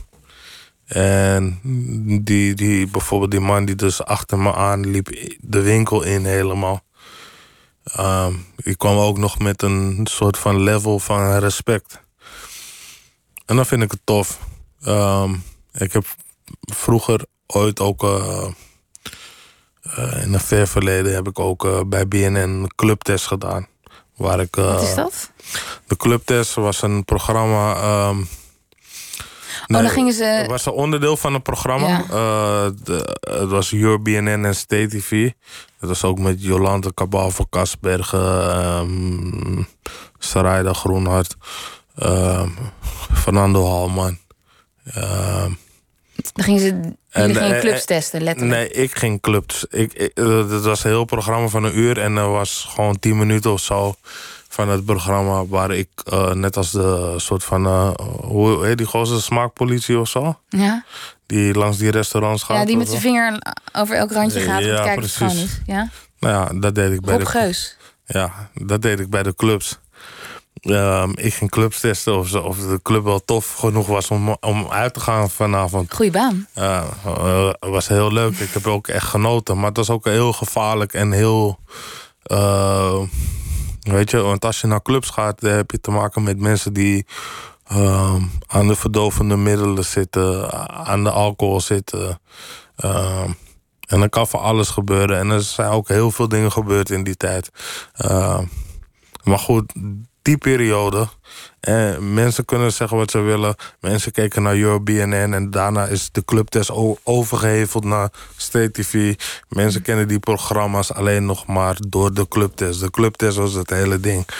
En die, die, bijvoorbeeld die man die dus achter me aan liep de winkel in helemaal. Um, die kwam ook nog met een soort van level van respect. En dan vind ik het tof. Um, ik heb vroeger ooit ook... Uh, uh, in een ver verleden heb ik ook uh, bij B N N een clubtest gedaan. Waar ik, uh, Wat is dat? De clubtest was een programma... Um, oh, nee, dan gingen ze... Het was een onderdeel van een programma. Ja. Uh, de, het was Your B N N en State T V. Dat was ook met Jolante Cabal van Kasbergen... Um, Sarayda Groenhart... Um, Fernando Halman... Um, Dan gingen ze... Jullie gingen clubs testen, letterlijk. Nee, ik ging clubs. Ik, ik, het was een heel programma van een uur... en er was gewoon tien minuten of zo... van het programma waar ik uh, net als de soort van... Uh, hoe heet die gozer, de smaakpolitie of zo? Ja. Die langs die restaurants gaat. Ja, die met zijn vinger over elk randje gaat... om ja, te kijken of het precies. schoon is. Ja? Nou ja, dat deed ik bij Rob de... Geus. Ja, dat deed ik bij de clubs. Um, ik ging clubs testen of, of de club wel tof genoeg was om, om uit te gaan vanavond. Goeie baan. Ja, uh, het was heel leuk. Ik heb ook echt genoten. Maar het was ook heel gevaarlijk en heel... Uh, weet je, want als je naar clubs gaat... dan heb je te maken met mensen die... Uh, aan de verdovende middelen zitten... aan de alcohol zitten... Uh, en dan kan van alles gebeuren. En er zijn ook heel veel dingen gebeurd in die tijd. Uh, maar goed... Die periode. Eh, mensen kunnen zeggen wat ze willen. Mensen keken naar Your B N N. En daarna is de clubtest overgeheveld naar State T V. Mensen kennen die programma's alleen nog maar door de clubtest. De clubtest was het hele ding.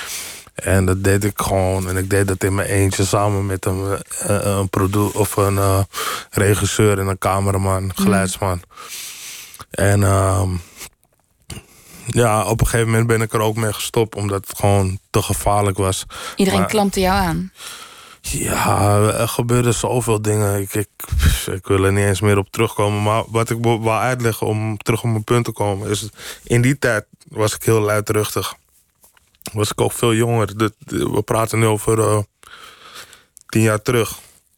En dat deed ik gewoon. En ik deed dat in mijn eentje samen met een, uh, een, produ- of een uh, regisseur en een cameraman, geluidsman. Mm. En uh, ja, op een gegeven moment ben ik er ook mee gestopt, omdat het gewoon te gevaarlijk was. Iedereen maar, klampte jou aan? Ja, er gebeurden zoveel dingen. Ik, ik, ik wil er niet eens meer op terugkomen. Maar wat ik wil uitleggen om terug op mijn punt te komen, is in die tijd was ik heel luidruchtig. Was ik ook veel jonger. We praten nu over uh, tien jaar terug.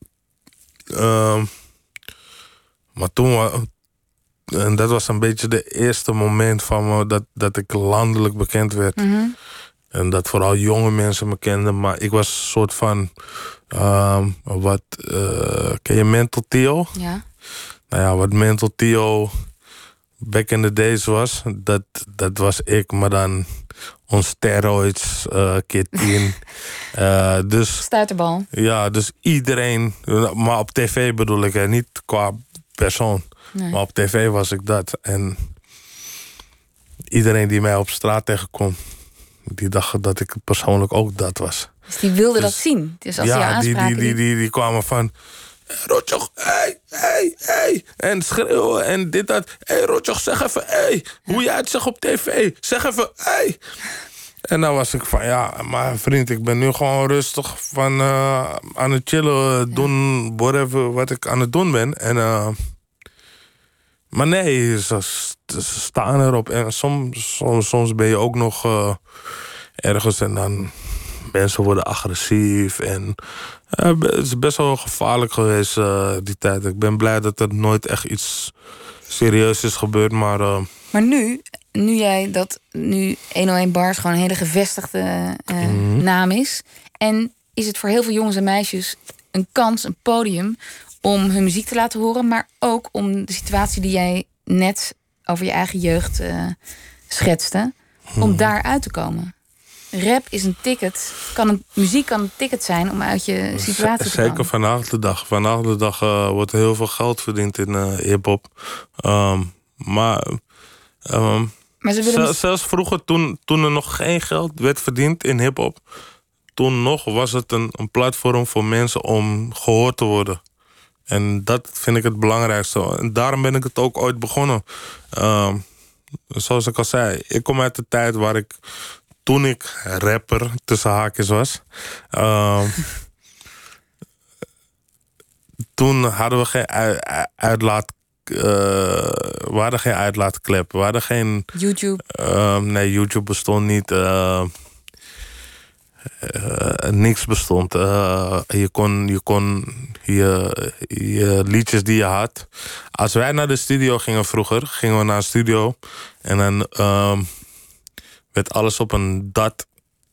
Uh, maar toen, en dat was een beetje de eerste moment van me dat, dat ik landelijk bekend werd. Mm-hmm. En dat vooral jonge mensen me kenden. Maar ik was een soort van, uh, wat, uh, ken je Mental Theo? Ja. Nou ja, wat Mental Theo back in the days was, dat, dat was ik, maar dan on steroids, uh, keer tien. uh, dus, Stuiterbal. Ja, dus iedereen, maar op tv bedoel ik, hè, niet qua persoon. Nee. Maar op tv was ik dat. En iedereen die mij op straat tegenkwam, die dacht dat ik persoonlijk ook dat was. Dus die wilde dus, dat zien? Dus als ja, die, die, die, die, die, die kwamen van, Rotjoch, hey, hey, hey. En schreeuwen en dit, dat. Hé, hey, Rotjoch, zeg even, hey. Hoe jij het zegt op tv. Zeg even, hey. En dan was ik van, ja, maar vriend, ik ben nu gewoon rustig van uh, aan het chillen, doen, ja. whatever, wat ik aan het doen ben. En, uh, maar nee, ze, ze staan erop. En soms, soms, soms ben je ook nog uh, ergens en dan mensen worden agressief. En uh, het is best wel gevaarlijk geweest uh, die tijd. Ik ben blij dat er nooit echt iets serieus is gebeurd, maar... Uh, maar nu, nu jij dat, nu honderdéén Bars gewoon een hele gevestigde uh, mm-hmm. naam is. En is het voor heel veel jongens en meisjes een kans, een podium om hun muziek te laten horen, maar ook om de situatie die jij net over je eigen jeugd uh, schetste, mm-hmm. om daar uit te komen. Rap is een ticket, kan een, muziek kan een ticket zijn om uit je situatie te komen. Zeker vandaag de dag. Vandaag de dag uh, wordt heel veel geld verdiend in uh, hip-hop. Um, maar um, maar ze willen... z- zelfs vroeger, toen, toen er nog geen geld werd verdiend in hip-hop, toen nog was het een, een platform voor mensen om gehoord te worden. En dat vind ik het belangrijkste. En daarom ben ik het ook ooit begonnen. Um, zoals ik al zei, ik kom uit de tijd waar ik, toen ik rapper tussen haakjes was, uh, toen hadden we geen uitlaat, uh, we hadden geen uitlaatklep. We hadden geen YouTube. Uh, nee, YouTube bestond niet. Uh, uh, niks bestond. Uh, je kon, je kon je, je liedjes die je had. Als wij naar de studio gingen vroeger, gingen we naar een studio en dan Uh, werd alles op een D A T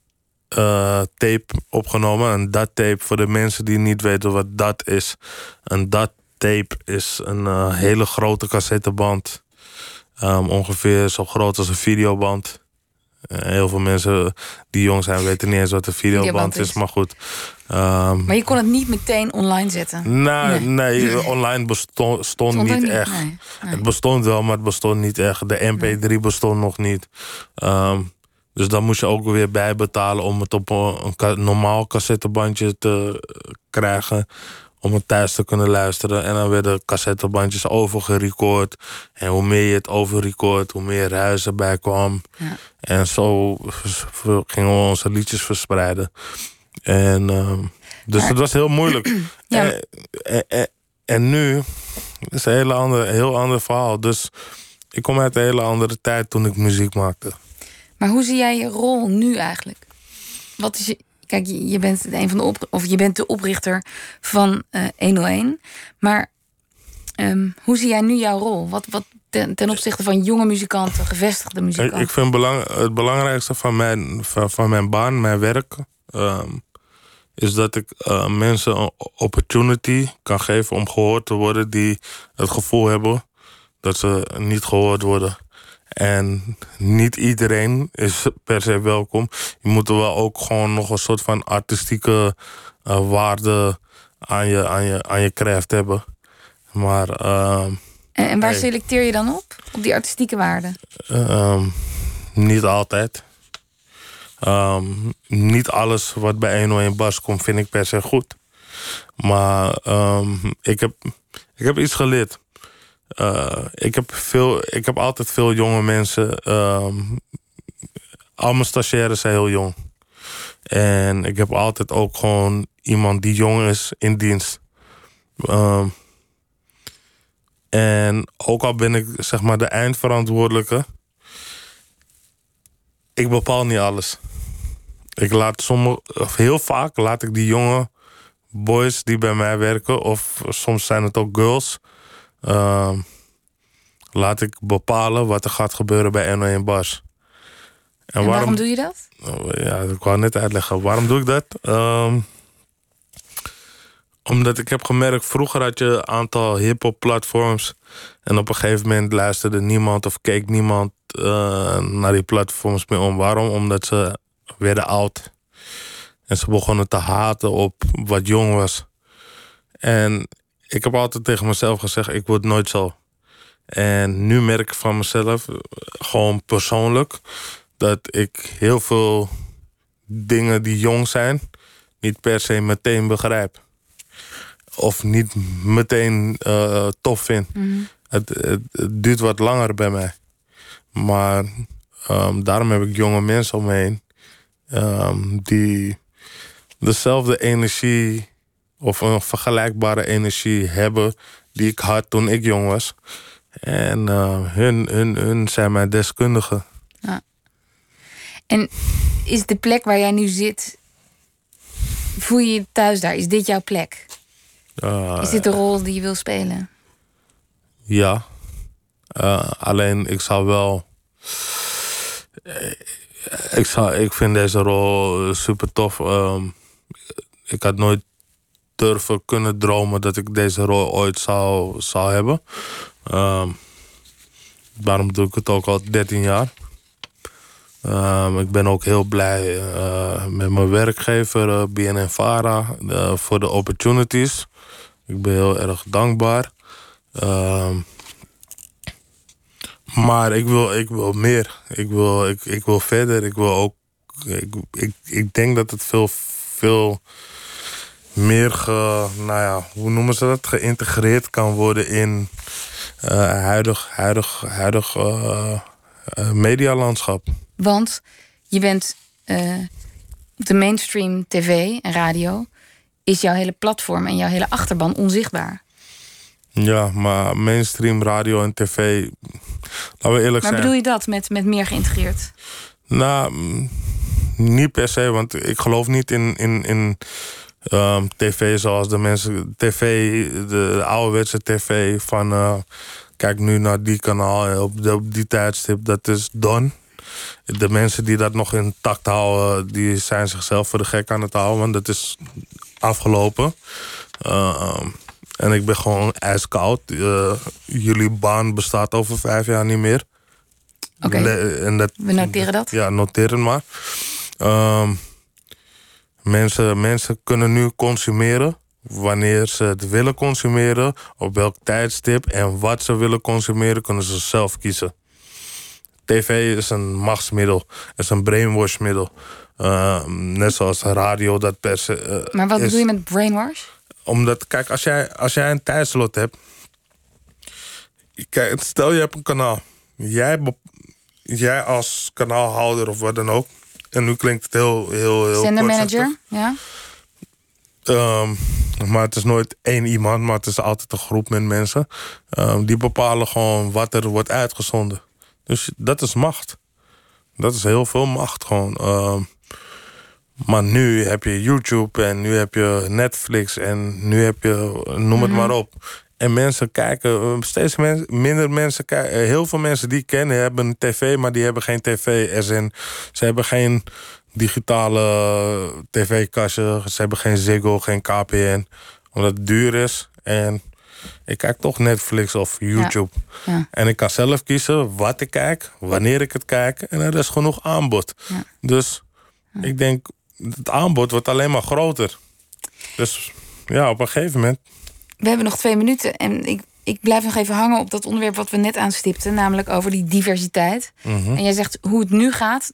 uh, tape opgenomen. Een D A T tape, voor de mensen die niet weten wat D A T is. Een D A T tape is een uh, hele grote cassetteband. Um, ongeveer zo groot als een videoband. Uh, heel veel mensen die jong zijn weten niet eens wat een videoband, videoband is. is. Maar goed. Um, maar je kon het niet meteen online zetten? Nou, nee, nee online bestond stond niet, niet echt. Nee, nee. Het bestond wel, maar het bestond niet echt. De M P drie nee. bestond nog niet. Um, dus dan moest je ook weer bijbetalen om het op een, een normaal cassettebandje te krijgen, om het thuis te kunnen luisteren. En dan werden cassettebandjes overgerecord. En hoe meer je het overrecord, hoe meer ruis erbij kwam. Ja. En zo gingen we onze liedjes verspreiden. En uh, dus maar, het was heel moeilijk. Ja. En, en, en, en nu is een hele andere, heel ander verhaal. Dus ik kom uit een hele andere tijd toen ik muziek maakte. Maar hoe zie jij je rol nu eigenlijk? Wat is je, kijk, je bent een van de op, of je bent de oprichter van uh, honderdéén. Maar um, hoe zie jij nu jouw rol? Wat, wat ten, ten opzichte van jonge muzikanten, gevestigde muzikanten? Ik, ik vind belang, het belangrijkste van mijn, van, van mijn baan, mijn werk, Um, is dat ik uh, mensen een opportunity kan geven om gehoord te worden, die het gevoel hebben dat ze niet gehoord worden. En niet iedereen is per se welkom. Je moet er wel ook gewoon nog een soort van artistieke uh, waarde aan je, aan, je, aan je craft hebben. Maar, uh, en, en waar hey, selecteer je dan op? Op die artistieke waarde? Uh, niet altijd. Um, niet alles wat bij honderdéén Bars komt vind ik per se goed. Maar um, ik, heb, ik heb iets geleerd. Uh, ik, heb veel, ik heb altijd veel jonge mensen. Um, al mijn stagiaires zijn heel jong. En ik heb altijd ook gewoon iemand die jong is in dienst. Um, en ook al ben ik zeg maar de eindverantwoordelijke, ik bepaal niet alles. Ik laat sommige, of heel vaak laat ik die jonge boys die bij mij werken, of soms zijn het ook girls, uh, laat ik bepalen wat er gaat gebeuren bij honderdéén Bars. En, en waarom, waarom doe je dat? Ja, ik wou net uitleggen. Waarom doe ik dat? Um, omdat ik heb gemerkt, vroeger had je een aantal hip-hop platforms. En op een gegeven moment luisterde niemand of keek niemand uh, naar die platforms meer om. Waarom? Omdat ze werden oud. En ze begonnen te haten op wat jong was. En ik heb altijd tegen mezelf gezegd, ik word nooit zo. En nu merk ik van mezelf, gewoon persoonlijk, dat ik heel veel dingen die jong zijn niet per se meteen begrijp. Of niet meteen uh, tof vind. Mm-hmm. Het, het, het duurt wat langer bij mij. Maar um, daarom heb ik jonge mensen om me heen. Um, die dezelfde energie of een vergelijkbare energie hebben die ik had toen ik jong was. En uh, hun, hun, hun zijn mijn deskundigen. Ja. En is de plek waar jij nu zit, voel je je thuis daar? Is dit jouw plek? Uh, is dit de rol die je wil spelen? Ja. Uh, alleen ik zou wel... Ik, zou, ik vind deze rol super tof. Um, ik had nooit durven kunnen dromen dat ik deze rol ooit zou, zou hebben. Um, daarom doe ik het ook al dertien jaar. Um, ik ben ook heel blij uh, met mijn werkgever, uh, B N N Vara, uh, voor de opportunities. Ik ben heel erg dankbaar. Um, maar ik wil, ik wil meer. Ik wil, ik, ik wil verder. Ik wil ook. Ik, ik, ik denk dat het veel, veel meer ge, nou ja, hoe noemen ze dat? Geïntegreerd kan worden in uh, huidig, huidig, huidig uh, uh, medialandschap. Want je bent uh, de mainstream tv en radio is jouw hele platform en jouw hele achterban onzichtbaar. Ja, maar mainstream radio en tv, laten we eerlijk maar zijn. Maar bedoel je dat met, met meer geïntegreerd? Nou, niet per se, want ik geloof niet in, in, in um, tv zoals de mensen... tv, de, de ouderwetse tv van... Uh, kijk nu naar die kanaal op, de, op die tijdstip, dat is done. De mensen die dat nog intact houden, die zijn zichzelf voor de gek aan het houden, want dat is afgelopen. Uh, en ik ben gewoon ijskoud. Uh, jullie baan bestaat over vijf jaar niet meer. Oké, okay. We noteren dat. Ja, noteer het maar. Uh, mensen, mensen kunnen nu consumeren wanneer ze het willen consumeren, op welk tijdstip en wat ze willen consumeren, kunnen ze zelf kiezen. T V is een machtsmiddel, is een brainwashmiddel. Uh, net zoals radio dat per se. Uh, maar wat is, bedoel je met brainwash? Omdat, kijk, als jij, als jij een tijdslot hebt. Kijk, stel je hebt een kanaal. Jij, jij als kanaalhouder of wat dan ook. En nu klinkt het heel, heel, heel. Zendermanager, ja. Um, maar het is nooit één iemand, maar het is altijd een groep met mensen. Um, die bepalen gewoon wat er wordt uitgezonden. Dus dat is macht. Dat is heel veel macht gewoon. Uh, maar nu heb je YouTube en nu heb je Netflix en nu heb je, noem het mm-hmm. maar op. En mensen kijken, steeds men, minder mensen kijken. Heel veel mensen die ik ken hebben een tv, maar die hebben geen tv. Als in, ze hebben geen digitale tv-kastje. Ze hebben geen Ziggo, geen K P N. Omdat het duur is. En ik kijk toch Netflix of YouTube. Ja. Ja. En ik kan zelf kiezen wat ik kijk, wanneer ik het kijk. En er is genoeg aanbod. Ja. Dus ja. ik denk, het aanbod wordt alleen maar groter. Dus ja, op een gegeven moment. We hebben nog twee minuten. En ik, ik blijf nog even hangen op dat onderwerp wat we net aanstipten. Namelijk over die diversiteit. Mm-hmm. En jij zegt hoe het nu gaat,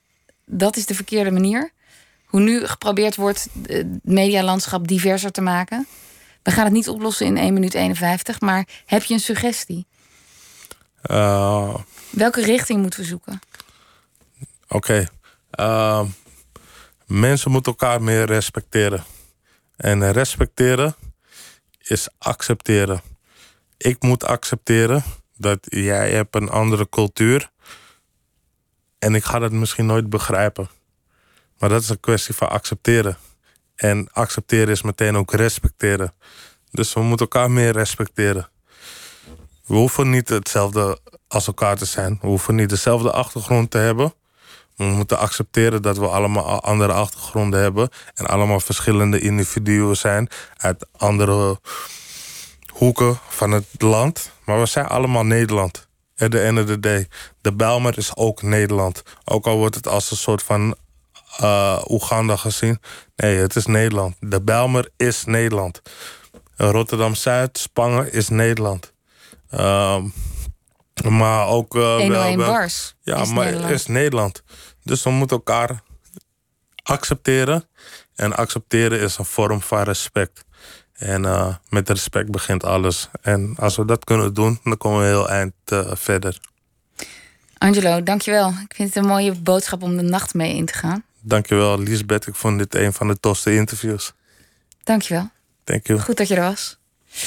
dat is de verkeerde manier. Hoe nu geprobeerd wordt het medialandschap diverser te maken. We gaan het niet oplossen in één minuut eenenvijftig, maar heb je een suggestie? Uh, Welke richting moeten we zoeken? Oké. Okay. Uh, mensen moeten elkaar meer respecteren. En respecteren is accepteren. Ik moet accepteren dat jij hebt een andere cultuur. En ik ga dat misschien nooit begrijpen. Maar dat is een kwestie van accepteren. En accepteren is meteen ook respecteren. Dus we moeten elkaar meer respecteren. We hoeven niet hetzelfde als elkaar te zijn. We hoeven niet dezelfde achtergrond te hebben. We moeten accepteren dat we allemaal andere achtergronden hebben. En allemaal verschillende individuen zijn. Uit andere hoeken van het land. Maar we zijn allemaal Nederland. At the end of the day. De Bijlmer is ook Nederland. Ook al wordt het als een soort van uh, Oeganda gezien. Nee, het is Nederland. De Bijlmer is Nederland. Rotterdam-Zuid, Spangen is Nederland. Uh, maar ook... Uh, honderdéén Bars ja, is maar Nederland. is Nederland. Dus we moeten elkaar accepteren. En accepteren is een vorm van respect. En uh, met respect begint alles. En als we dat kunnen doen, dan komen we heel eind uh, verder. Angelo, dankjewel. Ik vind het een mooie boodschap om de nacht mee in te gaan. Dankjewel, Liesbeth. Ik vond dit een van de tofste interviews. Dankjewel. Thank you. Goed dat je er was.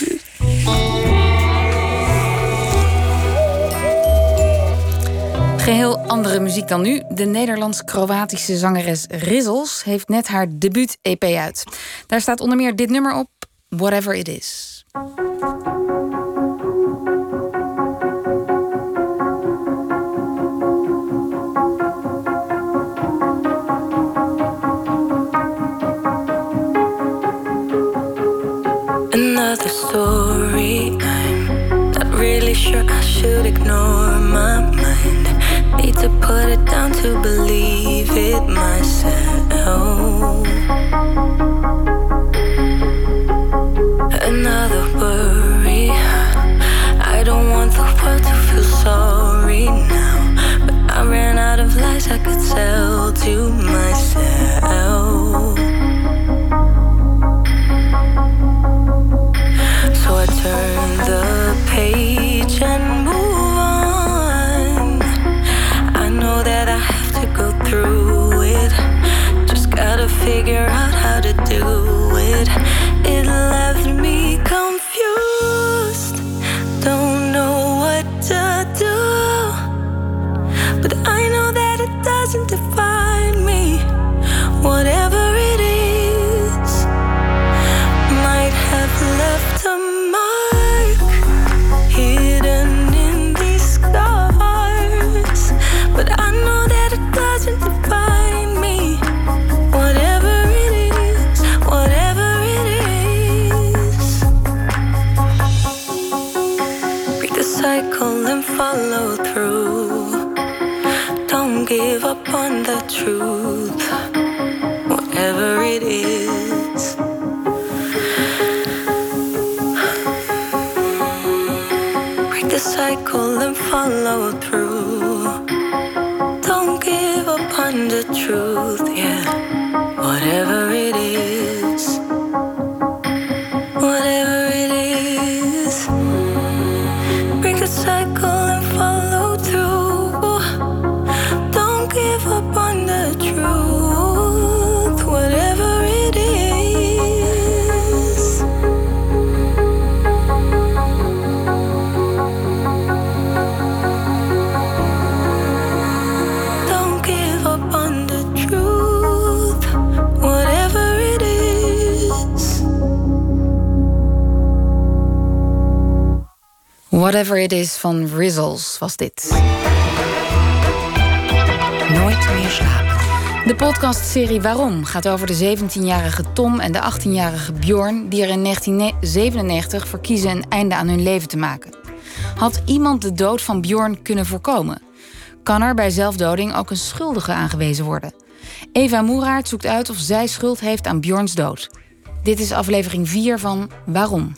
Geheel andere muziek dan nu. De Nederlands-Kroatische zangeres Rizzles heeft net haar debuut-E P uit. Daar staat onder meer dit nummer op, Whatever It Is. Another story, I'm not really sure I should ignore my mind. Need to put it down to believe it myself. Another worry, I don't want the world to feel sorry now, but I ran out of lies I could sell to myself. So I turn the page and move on. I know that I have to go through it. Just gotta figure out how to do it. It left me confused. Don't know what to do. But I know that it doesn't define me. Whatever it is might have left a mark hidden in these scars, but I know that it doesn't define me. Whatever it is, whatever it is, break the cycle and follow through. Don't give up on the truth. Whatever it is, the cycle and follow through. Don't give up on the truth, yeah. Whatever it is, whatever it is, break the cycle and follow through. Don't give up on the truth, whatever it is. Whatever It Is van Rizzles was dit. Nooit meer slapen. De podcastserie Waarom gaat over de zeventienjarige Tom en de achttienjarige Bjorn, die er in negentien zevenennegentig voor kiezen een einde aan hun leven te maken. Had iemand de dood van Bjorn kunnen voorkomen? Kan er bij zelfdoding ook een schuldige aangewezen worden? Eva Moeraert zoekt uit of zij schuld heeft aan Bjorns dood. Dit is aflevering vier van Waarom.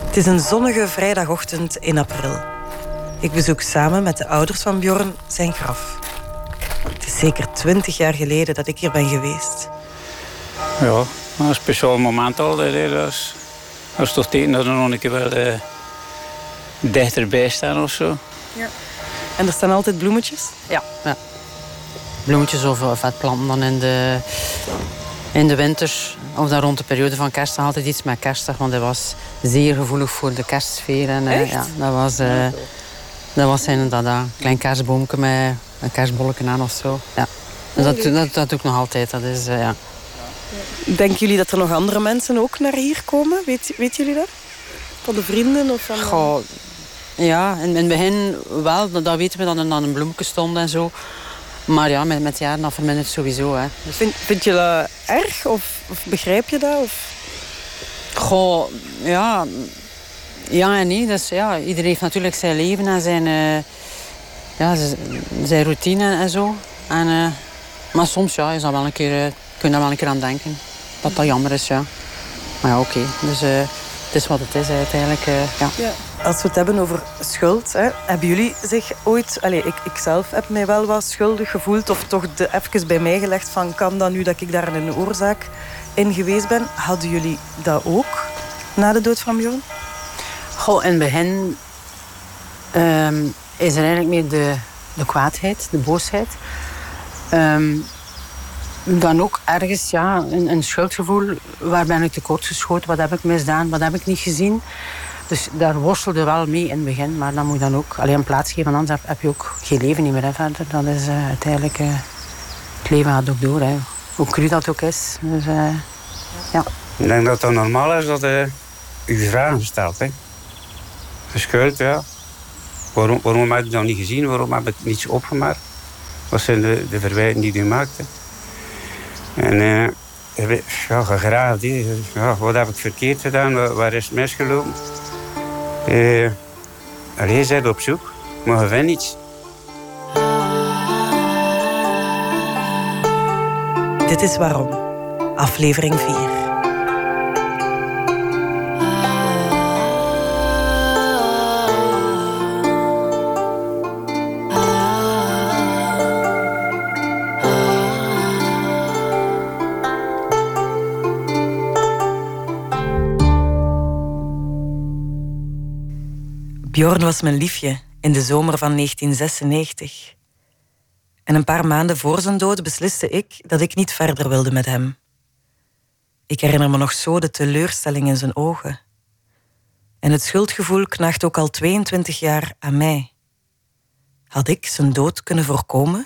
Het is een zonnige vrijdagochtend in april. Ik bezoek samen met de ouders van Bjorn zijn graf. Het is zeker twintig jaar geleden dat ik hier ben geweest. Ja, een speciaal moment altijd. Hè. Dat is, dat is toch tegen dat er nog een keer wel uh, dichterbij staan of zo. Ja. En er staan altijd bloemetjes? Ja, ja. Bloemetjes of vetplanten dan in de, in de winter. Of dan rond de periode van kerst altijd iets met kerstdag. Want hij was zeer gevoelig voor de kerstsfeer. En, uh, Echt? Ja, dat was, uh, dat was inderdaad een klein kerstboomje met een kerstbolletje aan of zo. Ja. Dus dat, dat, dat doe ik nog altijd. Dat is, uh, ja. Denken jullie dat er nog andere mensen ook naar hier komen? Weet, weet jullie dat? Van de vrienden? Of van de... Goh, ja, in, in het begin wel. Dat, dat weten we dat er dan een bloemetje stond en zo. Maar ja, met, met jaren dat vermindert sowieso. Hè. Dus... Vind, vind je dat erg? Of, of begrijp je dat? Of... Goh, ja... Ja en nee. Dus, ja, iedereen heeft natuurlijk zijn leven en zijn, uh, ja, zijn routine en zo. En, uh, maar soms ja, is dat wel een keer, uh, kun je daar wel een keer aan denken. Dat dat jammer is, ja. Maar ja, oké. Okay. Dus uh, het is wat het is uiteindelijk. Uh, ja. Ja. Als we het hebben over schuld, hè, hebben jullie zich ooit... Allez, ik, ik zelf heb mij wel wat schuldig gevoeld, of toch de, even bij mij gelegd van, kan dat nu dat ik daar een oorzaak in geweest ben? Hadden jullie dat ook na de dood van Bjorn? Goh, in het begin um, is er eigenlijk meer de, de kwaadheid, de boosheid. Um, dan ook ergens ja, een, een schuldgevoel. Waar ben ik tekortgeschoten? Wat heb ik misdaan? Wat heb ik niet gezien? Dus daar worstelde wel mee in het begin. Maar dan moet je dan ook alleen een plaats geven. Anders heb, heb je ook geen leven niet meer hè, verder. Dat is uh, uiteindelijk... Uh, het leven gaat ook door. Hè. Hoe cru dat ook is. Dus, uh, ja. Ik denk dat het normaal is dat uh, u vragen stelt. Hè. Geschuld, ja. Waarom, waarom heb je dat niet gezien? Waarom heb ik niets opgemerkt? Wat zijn de, de verwijten die u maakt? Hè? En uh, ja, graag die. Ja, wat heb ik verkeerd gedaan? Waar, waar is het misgelopen? Uh, Allee, je bent op zoek, maar je vindt niets. Dit is Waarom, aflevering vier. Bjorn was mijn liefje in de zomer van negentien zesennegentig. En een paar maanden voor zijn dood besliste ik dat ik niet verder wilde met hem. Ik herinner me nog zo de teleurstelling in zijn ogen. En het schuldgevoel knaagt ook al tweeëntwintig jaar aan mij. Had ik zijn dood kunnen voorkomen?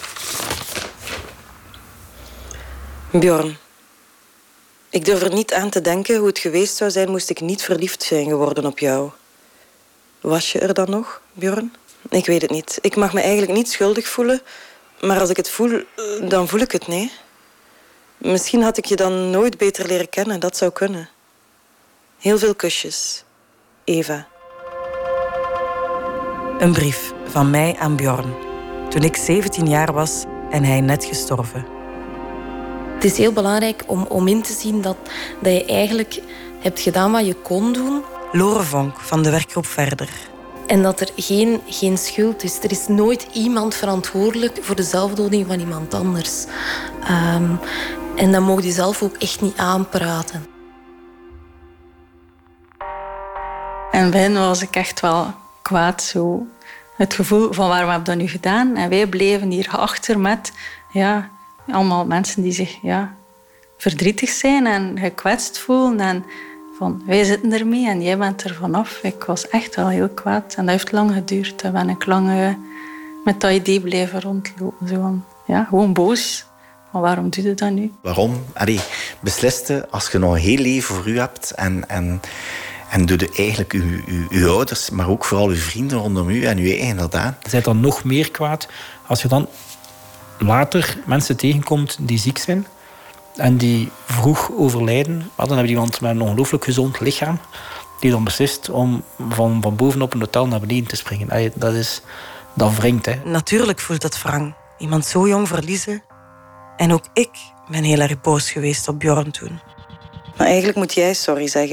Bjorn, ik durf er niet aan te denken hoe het geweest zou zijn moest ik niet verliefd zijn geworden op jou. Was je er dan nog, Bjorn? Ik weet het niet. Ik mag me eigenlijk niet schuldig voelen, maar als ik het voel, dan voel ik het, nee. Misschien had ik je dan nooit beter leren kennen, dat zou kunnen. Heel veel kusjes. Eva. Een brief van mij aan Bjorn, toen ik zeventien jaar was en hij net gestorven. Het is heel belangrijk om, om in te zien dat, dat je eigenlijk hebt gedaan wat je kon doen. Lore Vonk van de werkgroep Verder. En dat er geen, geen schuld is. Er is nooit iemand verantwoordelijk voor de zelfdoding van iemand anders. Um, en dat mocht je zelf ook echt niet aanpraten. En bij was ik echt wel kwaad. Zo. Het gevoel van waarom heb ik dat nu gedaan? En wij bleven hier achter met ja, allemaal mensen die zich ja, verdrietig zijn en gekwetst voelen. En van, wij zitten ermee en jij bent er vanaf. Ik was echt wel heel kwaad. En dat heeft lang geduurd. Dan ben ik lang uh, met dat idee blijven rondlopen. Zo van, ja, gewoon boos. Maar waarom doe je dat nu? Waarom? Allee, besliste als je nog een heel leven voor u hebt en, en, en doe je eigenlijk uw, uw, uw ouders, maar ook vooral uw vrienden rondom u en uw eigen dat aan. Je bent dan nog meer kwaad als je dan later mensen tegenkomt die ziek zijn en die vroeg overlijden. Dan hebben die iemand met een ongelooflijk gezond lichaam die dan beslist om van, van bovenop een hotel naar beneden te springen. Allee, dat is, dat wringt, hè. Natuurlijk voelt dat wrang. Iemand zo jong verliezen. En ook ik ben heel erg boos geweest op Bjorn toen. Maar eigenlijk moet jij sorry zeggen.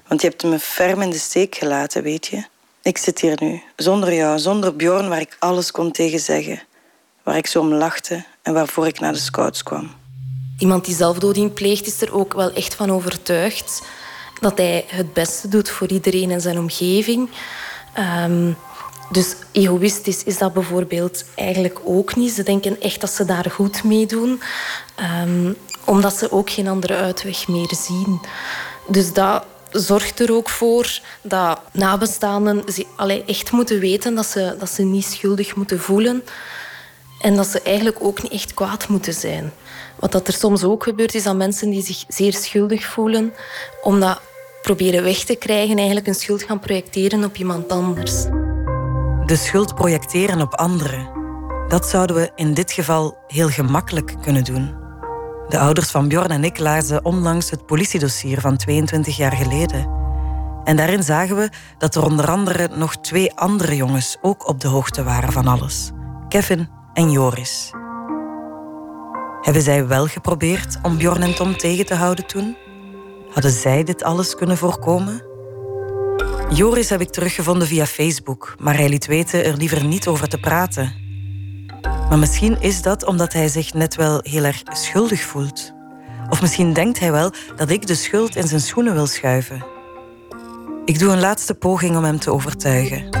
Want je hebt me ferm in de steek gelaten, weet je. Ik zit hier nu, zonder jou, zonder Bjorn, waar ik alles kon tegen zeggen. Waar ik zo om lachte en waarvoor ik naar de scouts kwam. Iemand die zelfdoding pleegt is er ook wel echt van overtuigd dat hij het beste doet voor iedereen in zijn omgeving. Um, dus egoïstisch is dat bijvoorbeeld eigenlijk ook niet. Ze denken echt dat ze daar goed mee doen, um, omdat ze ook geen andere uitweg meer zien. Dus dat zorgt er ook voor dat nabestaanden allee, echt moeten weten dat ze, dat ze niet schuldig moeten voelen. En dat ze eigenlijk ook niet echt kwaad moeten zijn. Wat dat er soms ook gebeurt, is dat mensen die zich zeer schuldig voelen, om dat proberen weg te krijgen, eigenlijk een schuld gaan projecteren op iemand anders. De schuld projecteren op anderen. Dat zouden we in dit geval heel gemakkelijk kunnen doen. De ouders van Bjorn en ik lazen onlangs het politiedossier van tweeëntwintig jaar geleden. En daarin zagen we dat er onder andere nog twee andere jongens ook op de hoogte waren van alles. Kevin en Joris. Hebben zij wel geprobeerd om Bjorn en Tom tegen te houden toen? Hadden zij dit alles kunnen voorkomen? Joris heb ik teruggevonden via Facebook, maar hij liet weten er liever niet over te praten. Maar misschien is dat omdat hij zich net wel heel erg schuldig voelt. Of misschien denkt hij wel dat ik de schuld in zijn schoenen wil schuiven. Ik doe een laatste poging om hem te overtuigen.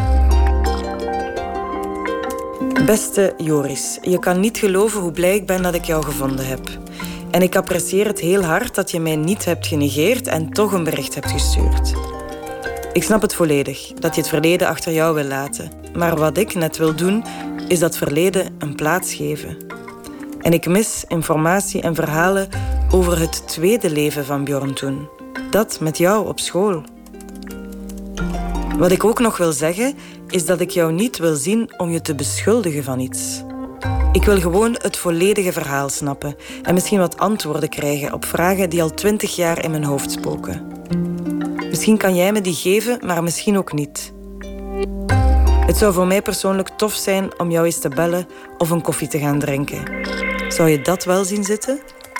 Beste Joris, je kan niet geloven hoe blij ik ben dat ik jou gevonden heb. En ik apprecieer het heel hard dat je mij niet hebt genegeerd en toch een bericht hebt gestuurd. Ik snap het volledig, dat je het verleden achter jou wil laten. Maar wat ik net wil doen, is dat verleden een plaats geven. En ik mis informatie en verhalen over het tweede leven van Bjorn toen. Dat met jou op school. Wat ik ook nog wil zeggen, is dat ik jou niet wil zien om je te beschuldigen van iets. Ik wil gewoon het volledige verhaal snappen en misschien wat antwoorden krijgen op vragen die al twintig jaar in mijn hoofd spoken. Misschien kan jij me die geven, maar misschien ook niet. Het zou voor mij persoonlijk tof zijn om jou eens te bellen of een koffie te gaan drinken. Zou je dat wel zien zitten?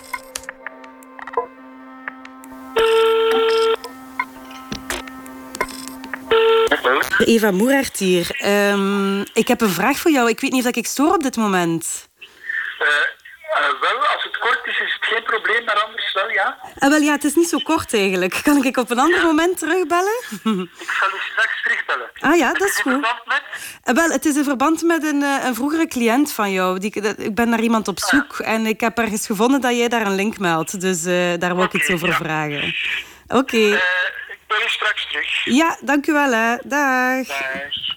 Eva Moeraert hier. Um, ik heb een vraag voor jou. Ik weet niet of ik stoor op dit moment. Uh, uh, wel, als het kort is, is het geen probleem, maar anders wel, ja. Uh, wel ja, het is niet zo kort eigenlijk. Kan ik op een ander ja. moment terugbellen? Ik zal u straks terugbellen. Ah ja, dat is, is goed. Verband met? Uh, wel, het is in verband met een, uh, een vroegere cliënt van jou. Die, uh, ik ben naar iemand op zoek ah, ja. en ik heb ergens gevonden dat jij daar een link meldt. Dus uh, daar wil ik okay, iets over ja. vragen. Oké. Okay. Uh, Ik ben u straks terug. Ja, dank u wel, hè. Dag. Dag.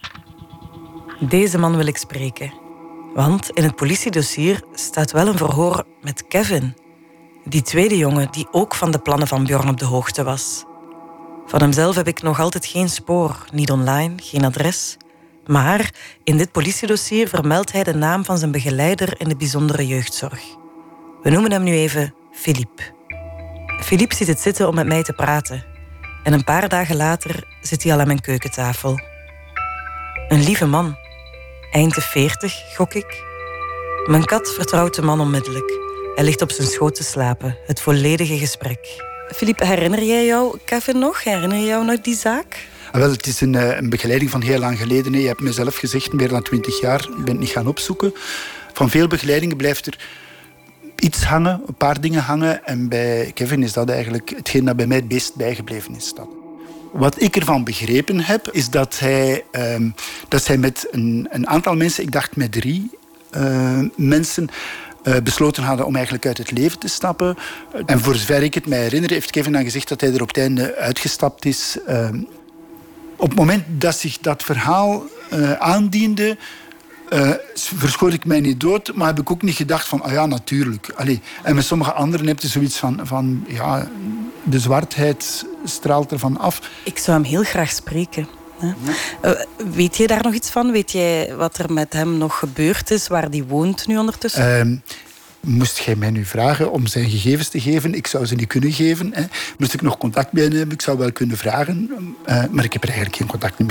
Deze man wil ik spreken. Want in het politiedossier staat wel een verhoor met Kevin. Die tweede jongen die ook van de plannen van Bjorn op de hoogte was. Van hemzelf heb ik nog altijd geen spoor. Niet online, geen adres. Maar in dit politiedossier vermeldt hij de naam van zijn begeleider in de bijzondere jeugdzorg. We noemen hem nu even Philippe. Philippe ziet het zitten om met mij te praten. En een paar dagen later zit hij al aan mijn keukentafel. Een lieve man. Eind de veertig, gok ik. Mijn kat vertrouwt de man onmiddellijk. Hij ligt op zijn schoot te slapen. Het volledige gesprek. Philippe, herinner jij jou Kevin nog? Herinner je jou nog die zaak? Ah, wel, het is een, een begeleiding van heel lang geleden. Je hebt mezelf gezegd, meer dan twintig jaar. Ik ben het niet gaan opzoeken. Van veel begeleidingen blijft er iets hangen, een paar dingen hangen. En bij Kevin is dat eigenlijk hetgeen dat bij mij het best bijgebleven is. Dat. Wat ik ervan begrepen heb, is dat hij, um, dat hij met een, een aantal mensen, ik dacht met drie uh, mensen, uh, besloten hadden om eigenlijk uit het leven te stappen. En voor zover ik het mij herinner, heeft Kevin dan gezegd dat hij er op het einde uitgestapt is. Uh, op het moment dat zich dat verhaal uh, aandiende, Uh, verschoot ik mij niet dood, maar heb ik ook niet gedacht van, ah ja, natuurlijk. Allee. En met sommige anderen heb je zoiets van, van, ja, de zwartheid straalt ervan af. Ik zou hem heel graag spreken. Hè? Uh, weet je daar nog iets van? Weet jij wat er met hem nog gebeurd is, waar die woont nu ondertussen? Uh, moest jij mij nu vragen om zijn gegevens te geven, ik zou ze niet kunnen geven. Hè. Moest ik nog contact bij hem hebben, ik zou wel kunnen vragen, uh, maar ik heb er eigenlijk geen contact meer mee.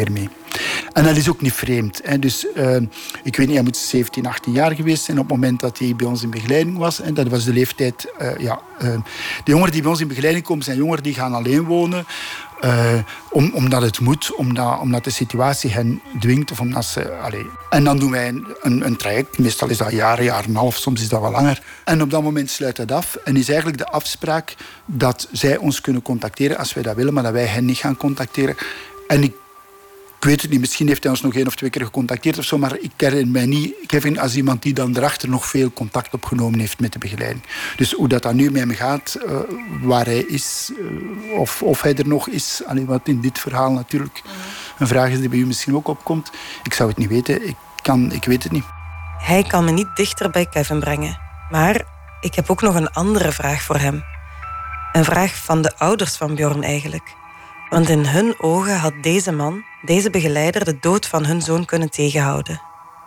En dat is ook niet vreemd. Hè. Dus uh, ik weet niet, hij moet zeventien, achttien jaar geweest zijn op het moment dat hij bij ons in begeleiding was. En dat was de leeftijd... Uh, ja, uh, de jongeren die bij ons in begeleiding komen, zijn jongeren die gaan alleen wonen. Uh, om, omdat het moet, omdat, omdat de situatie hen dwingt. Of omdat ze, allez. En dan doen wij een, een, een traject. Meestal is dat jaren, jaar en een half, soms is dat wel langer. En op dat moment sluit dat af. En is eigenlijk de afspraak dat zij ons kunnen contacteren als wij dat willen, maar dat wij hen niet gaan contacteren. En ik Ik weet het niet, misschien heeft hij ons nog één of twee keer gecontacteerd of zo, maar ik herinner mij niet Kevin als iemand die dan erachter nog veel contact opgenomen heeft met de begeleiding. Dus hoe dat dan nu met hem gaat, uh, waar hij is, uh, of, of hij er nog is, allee, wat in dit verhaal natuurlijk een vraag is die bij u misschien ook opkomt. Ik zou het niet weten, ik, kan, ik weet het niet. Hij kan me niet dichter bij Kevin brengen. Maar ik heb ook nog een andere vraag voor hem. Een vraag van de ouders van Bjorn eigenlijk. Want in hun ogen had deze man, deze begeleider, de dood van hun zoon kunnen tegenhouden.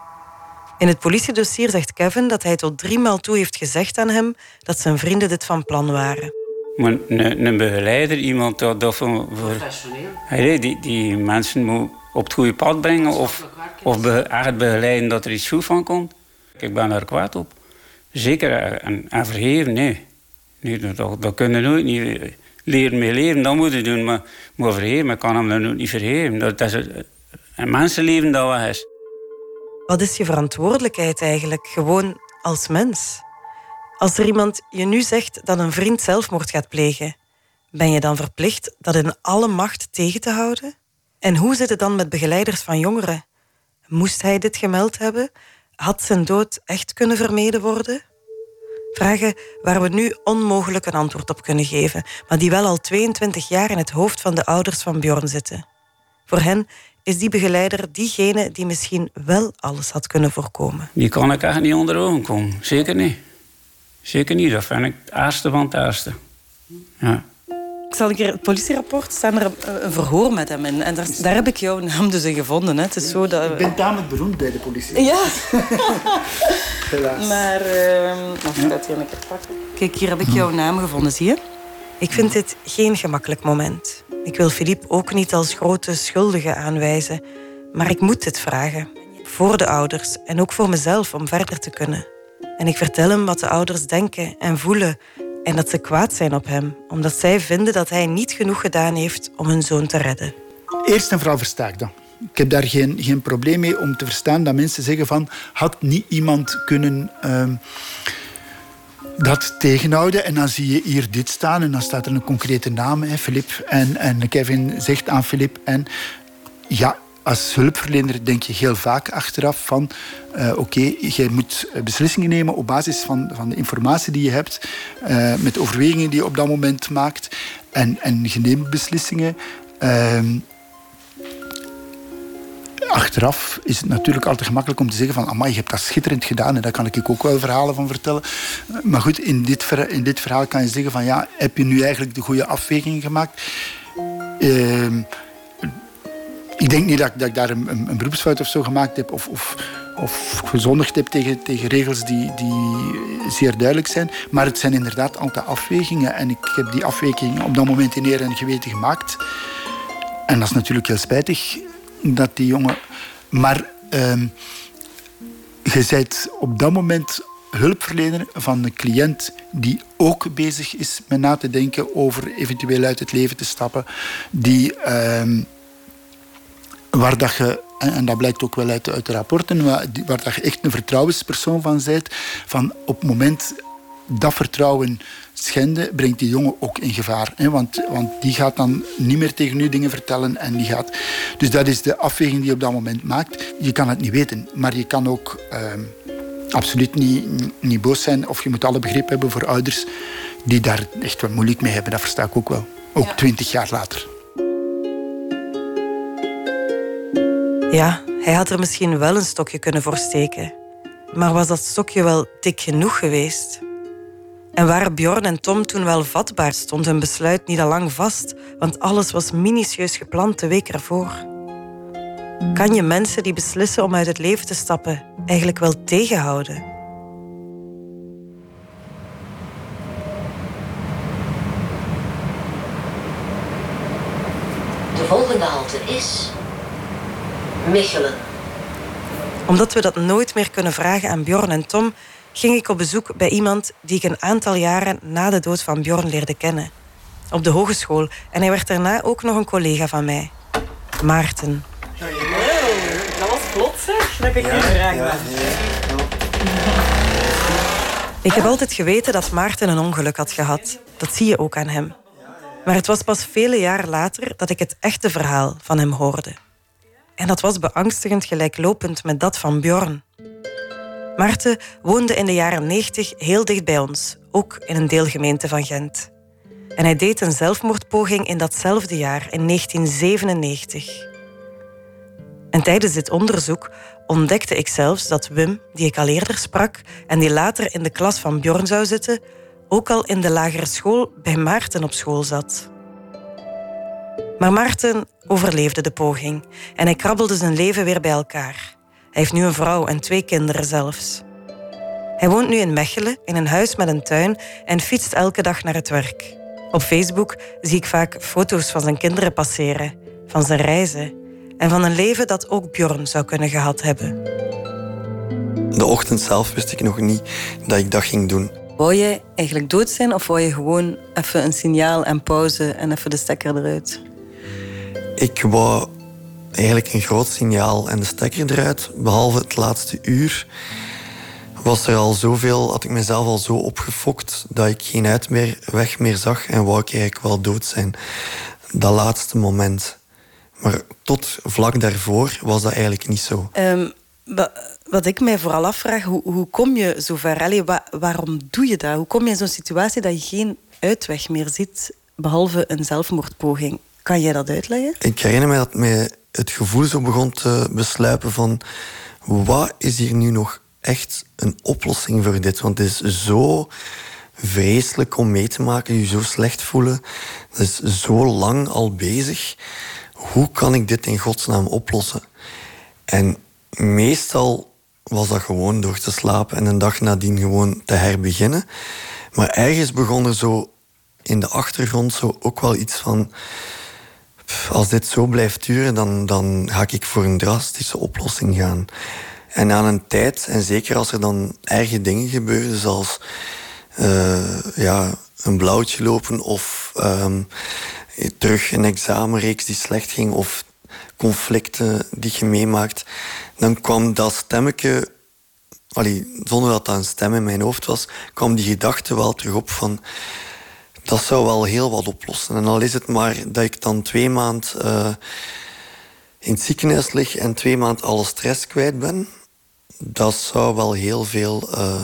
In het politiedossier zegt Kevin dat hij tot driemaal toe heeft gezegd aan hem dat zijn vrienden dit van plan waren. Maar een, een begeleider, iemand dat, dat voor, voor hey, die, die mensen moet op het goede pad brengen of, of be, echt begeleiden dat er iets goed van komt. Ik ben daar kwaad op. Zeker en, en vergeven, nee. nee dat, dat kunnen we nooit niet... Leren mee leven, dat moet je doen. Maar, maar vergeven, ik kan hem dan ook niet vergeven. Dat is een, een mensenleven dat weg is. Wat is je verantwoordelijkheid eigenlijk, gewoon als mens? Als er iemand je nu zegt dat een vriend zelfmoord gaat plegen, ben je dan verplicht dat in alle macht tegen te houden? En hoe zit het dan met begeleiders van jongeren? Moest hij dit gemeld hebben? Had zijn dood echt kunnen vermeden worden? Vragen waar we nu onmogelijk een antwoord op kunnen geven, maar die wel al tweeëntwintig jaar in het hoofd van de ouders van Bjorn zitten. Voor hen is die begeleider diegene die misschien wel alles had kunnen voorkomen. Die kan ik echt niet onder ogen komen. Zeker niet. Zeker niet. Dat vind ik het eerste van het eerste. Ja. Ik zal een keer het politierapport, staan er een, een verhoor met hem in. En daar, daar heb ik jouw naam dus in gevonden. Hè. Het is zo dat... Ik ben tamelijk beroemd bij de politie. Ja. Helaas. Maar, uh, als ik dat hier een keer pakken. Kijk, hier heb ik jouw naam gevonden, zie je? Ik vind dit geen gemakkelijk moment. Ik wil Philippe ook niet als grote schuldige aanwijzen. Maar ik moet dit vragen. Voor de ouders en ook voor mezelf om verder te kunnen. En ik vertel hem wat de ouders denken en voelen. En dat ze kwaad zijn op hem, omdat zij vinden dat hij niet genoeg gedaan heeft om hun zoon te redden. Eerst en vooral versta ik dat. Ik heb daar geen, geen probleem mee om te verstaan dat mensen zeggen van... had niet iemand kunnen uh, dat tegenhouden? En dan zie je hier dit staan en dan staat er een concrete naam, hè, Philippe. En, en Kevin zegt aan Philippe... En, ja, als hulpverlener denk je heel vaak achteraf van... Uh, Oké, okay, jij moet beslissingen nemen op basis van, van de informatie die je hebt... Uh, met de overwegingen die je op dat moment maakt. En, en je neemt beslissingen... Uh, Achteraf is het natuurlijk altijd gemakkelijk om te zeggen van... amai, je hebt dat schitterend gedaan en daar kan ik ook wel verhalen van vertellen. Maar goed, in dit, ver, in dit verhaal kan je zeggen van... ja, heb je nu eigenlijk de goede afweging gemaakt? Uh, ik denk niet dat, dat ik daar een, een, een beroepsfout of zo gemaakt heb... of, of, of gezondigd heb tegen, tegen regels die, die zeer duidelijk zijn. Maar het zijn inderdaad altijd afwegingen. En ik heb die afwegingen op dat moment in eer en geweten gemaakt. En dat is natuurlijk heel spijtig... dat die jongen... Maar uh, je bent op dat moment hulpverlener van een cliënt die ook bezig is met na te denken over eventueel uit het leven te stappen. Die, uh, waar dat je, en dat blijkt ook wel uit, uit de rapporten, waar, waar dat je echt een vertrouwenspersoon van bent, van op het moment dat vertrouwen schenden, brengt die jongen ook in gevaar. Hè? Want, want die gaat dan niet meer tegen u dingen vertellen. En die gaat... Dus dat is de afweging die je op dat moment maakt. Je kan het niet weten, maar je kan ook uh, absoluut niet, niet boos zijn. Of je moet alle begrip hebben voor ouders die daar echt wat moeilijk mee hebben. Dat versta ik ook wel. Ook twintig jaar later. Ja, hij had er misschien wel een stokje kunnen voor steken. Maar was dat stokje wel dik genoeg geweest? En waren Bjorn en Tom toen wel vatbaar, stond hun besluit niet al lang vast, want alles was minutieus gepland de week ervoor. Kan je mensen die beslissen om uit het leven te stappen eigenlijk wel tegenhouden? De volgende halte is Mechelen. Omdat we dat nooit meer kunnen vragen aan Bjorn en Tom, ging ik op bezoek bij iemand die ik een aantal jaren na de dood van Bjorn leerde kennen. Op de hogeschool. En hij werd daarna ook nog een collega van mij. Maarten. Wow, dat was plots, zeg. Dat heb ik niet geraakt. Ja, ja, ik heb altijd geweten dat Maarten een ongeluk had gehad. Dat zie je ook aan hem. Maar het was pas vele jaren later dat ik het echte verhaal van hem hoorde. En dat was beangstigend gelijklopend met dat van Bjorn. Maarten woonde in de jaren negentig heel dicht bij ons, ook in een deelgemeente van Gent. En hij deed een zelfmoordpoging in datzelfde jaar, in negentien zevenennegentig. En tijdens dit onderzoek ontdekte ik zelfs dat Wim, die ik al eerder sprak en die later in de klas van Bjorn zou zitten, ook al in de lagere school bij Maarten op school zat. Maar Maarten overleefde de poging en hij krabbelde zijn leven weer bij elkaar. Hij heeft nu een vrouw en twee kinderen zelfs. Hij woont nu in Mechelen, in een huis met een tuin en fietst elke dag naar het werk. Op Facebook zie ik vaak foto's van zijn kinderen passeren, van zijn reizen en van een leven dat ook Bjorn zou kunnen gehad hebben. De ochtend zelf wist ik nog niet dat ik dat ging doen. Wou je eigenlijk dood zijn of wou je gewoon even een signaal en pauze en even de stekker eruit? Ik wou eigenlijk een groot signaal en de stekker eruit. Behalve het laatste uur was er al zoveel, had ik mezelf al zo opgefokt dat ik geen uitweg meer zag en wou ik eigenlijk wel dood zijn. Dat laatste moment. Maar tot vlak daarvoor was dat eigenlijk niet zo. Um, wat ik mij vooral afvraag, hoe, hoe kom je zover? Allee, wa, waarom doe je dat? Hoe kom je in zo'n situatie dat je geen uitweg meer ziet, behalve een zelfmoordpoging? Kan jij dat uitleggen? Ik herinner me dat mij het gevoel zo begon te besluipen van wat is hier nu nog echt een oplossing voor dit? Want het is zo vreselijk om mee te maken, je zo slecht voelen. Dat is zo lang al bezig. Hoe kan ik dit in godsnaam oplossen? En meestal was dat gewoon door te slapen en een dag nadien gewoon te herbeginnen. Maar ergens begon er zo in de achtergrond zo ook wel iets van, als dit zo blijft duren, dan, dan ga ik voor een drastische oplossing gaan. En aan een tijd, en zeker als er dan erge dingen gebeuren, zoals uh, ja, een blauwtje lopen of um, terug een examenreeks die slecht ging of conflicten die je meemaakt, dan kwam dat stemmetje, allee, zonder dat dat een stem in mijn hoofd was, kwam die gedachte wel terug op van, dat zou wel heel wat oplossen. En al is het maar dat ik dan twee maanden uh, in het ziekenhuis lig en twee maanden alle stress kwijt ben, dat zou wel heel veel... Uh,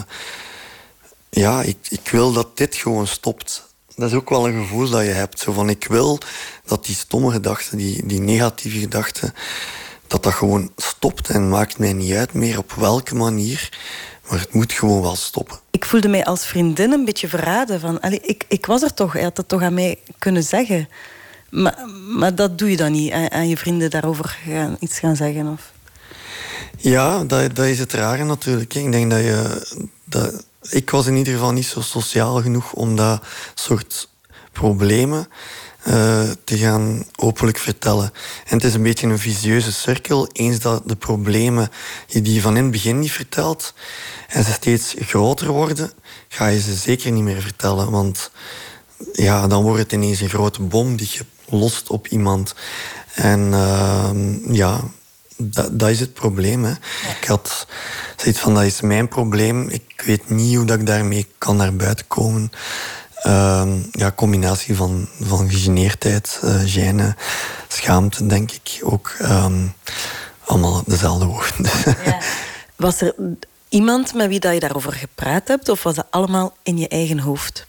ja, ik, ik wil dat dit gewoon stopt. Dat is ook wel een gevoel dat je hebt. Zo van, ik wil dat die stomme gedachten, die, die negatieve gedachten, dat dat gewoon stopt en maakt mij niet uit meer op welke manier. Maar het moet gewoon wel stoppen. Ik voelde mij als vriendin een beetje verraden. Van, allee, ik, ik was er toch, hij had het toch aan mij kunnen zeggen. Maar, maar dat doe je dan niet, aan, aan je vrienden daarover gaan, iets gaan zeggen? Of? Ja, dat, dat is het rare natuurlijk. Ik denk dat je... Dat, ik was in ieder geval niet zo sociaal genoeg om dat soort problemen uh, te gaan openlijk vertellen. En het is een beetje een vicieuze cirkel. Eens dat de problemen je die van in het begin niet vertelt en ze steeds groter worden, ga je ze zeker niet meer vertellen. Want ja, dan wordt het ineens een grote bom die je lost op iemand. En uh, ja... Dat, dat is het probleem. Hè. Ja. Ik had zoiets van, dat is mijn probleem. Ik weet niet hoe dat ik daarmee kan naar buiten komen. Uh, ja, combinatie van, van gegeneerdheid, uh, gêne, schaamte, denk ik. Ook um, allemaal dezelfde woorden. Ja. Was er iemand met wie dat je daarover gepraat hebt? Of was dat allemaal in je eigen hoofd?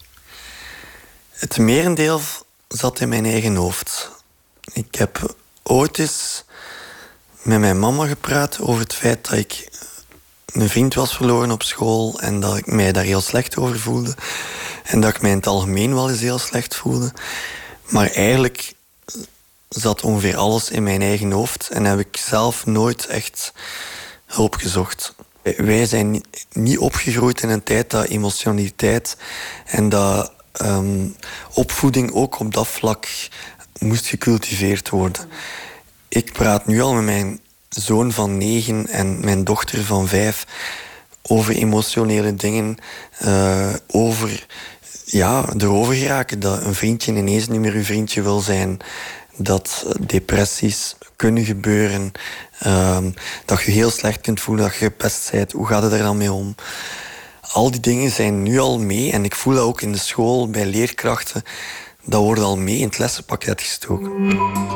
Het merendeel zat in mijn eigen hoofd. Ik heb ooit eens met mijn mama gepraat over het feit dat ik een vriend was verloren op school en dat ik mij daar heel slecht over voelde. En dat ik mij in het algemeen wel eens heel slecht voelde. Maar eigenlijk zat ongeveer alles in mijn eigen hoofd en heb ik zelf nooit echt hulp gezocht. Wij zijn niet opgegroeid in een tijd dat emotionaliteit en dat um, opvoeding ook op dat vlak moest gecultiveerd worden. Ik praat nu al met mijn zoon van negen en mijn dochter van vijf over emotionele dingen, uh, over ja, erover geraken dat een vriendje ineens niet meer uw vriendje wil zijn, dat depressies kunnen gebeuren, uh, dat je heel slecht kunt voelen, dat je gepest bent. Hoe gaat het er dan mee om? Al die dingen zijn nu al mee en ik voel dat ook in de school, bij leerkrachten. Dat wordt al mee in het lessenpakket gestoken.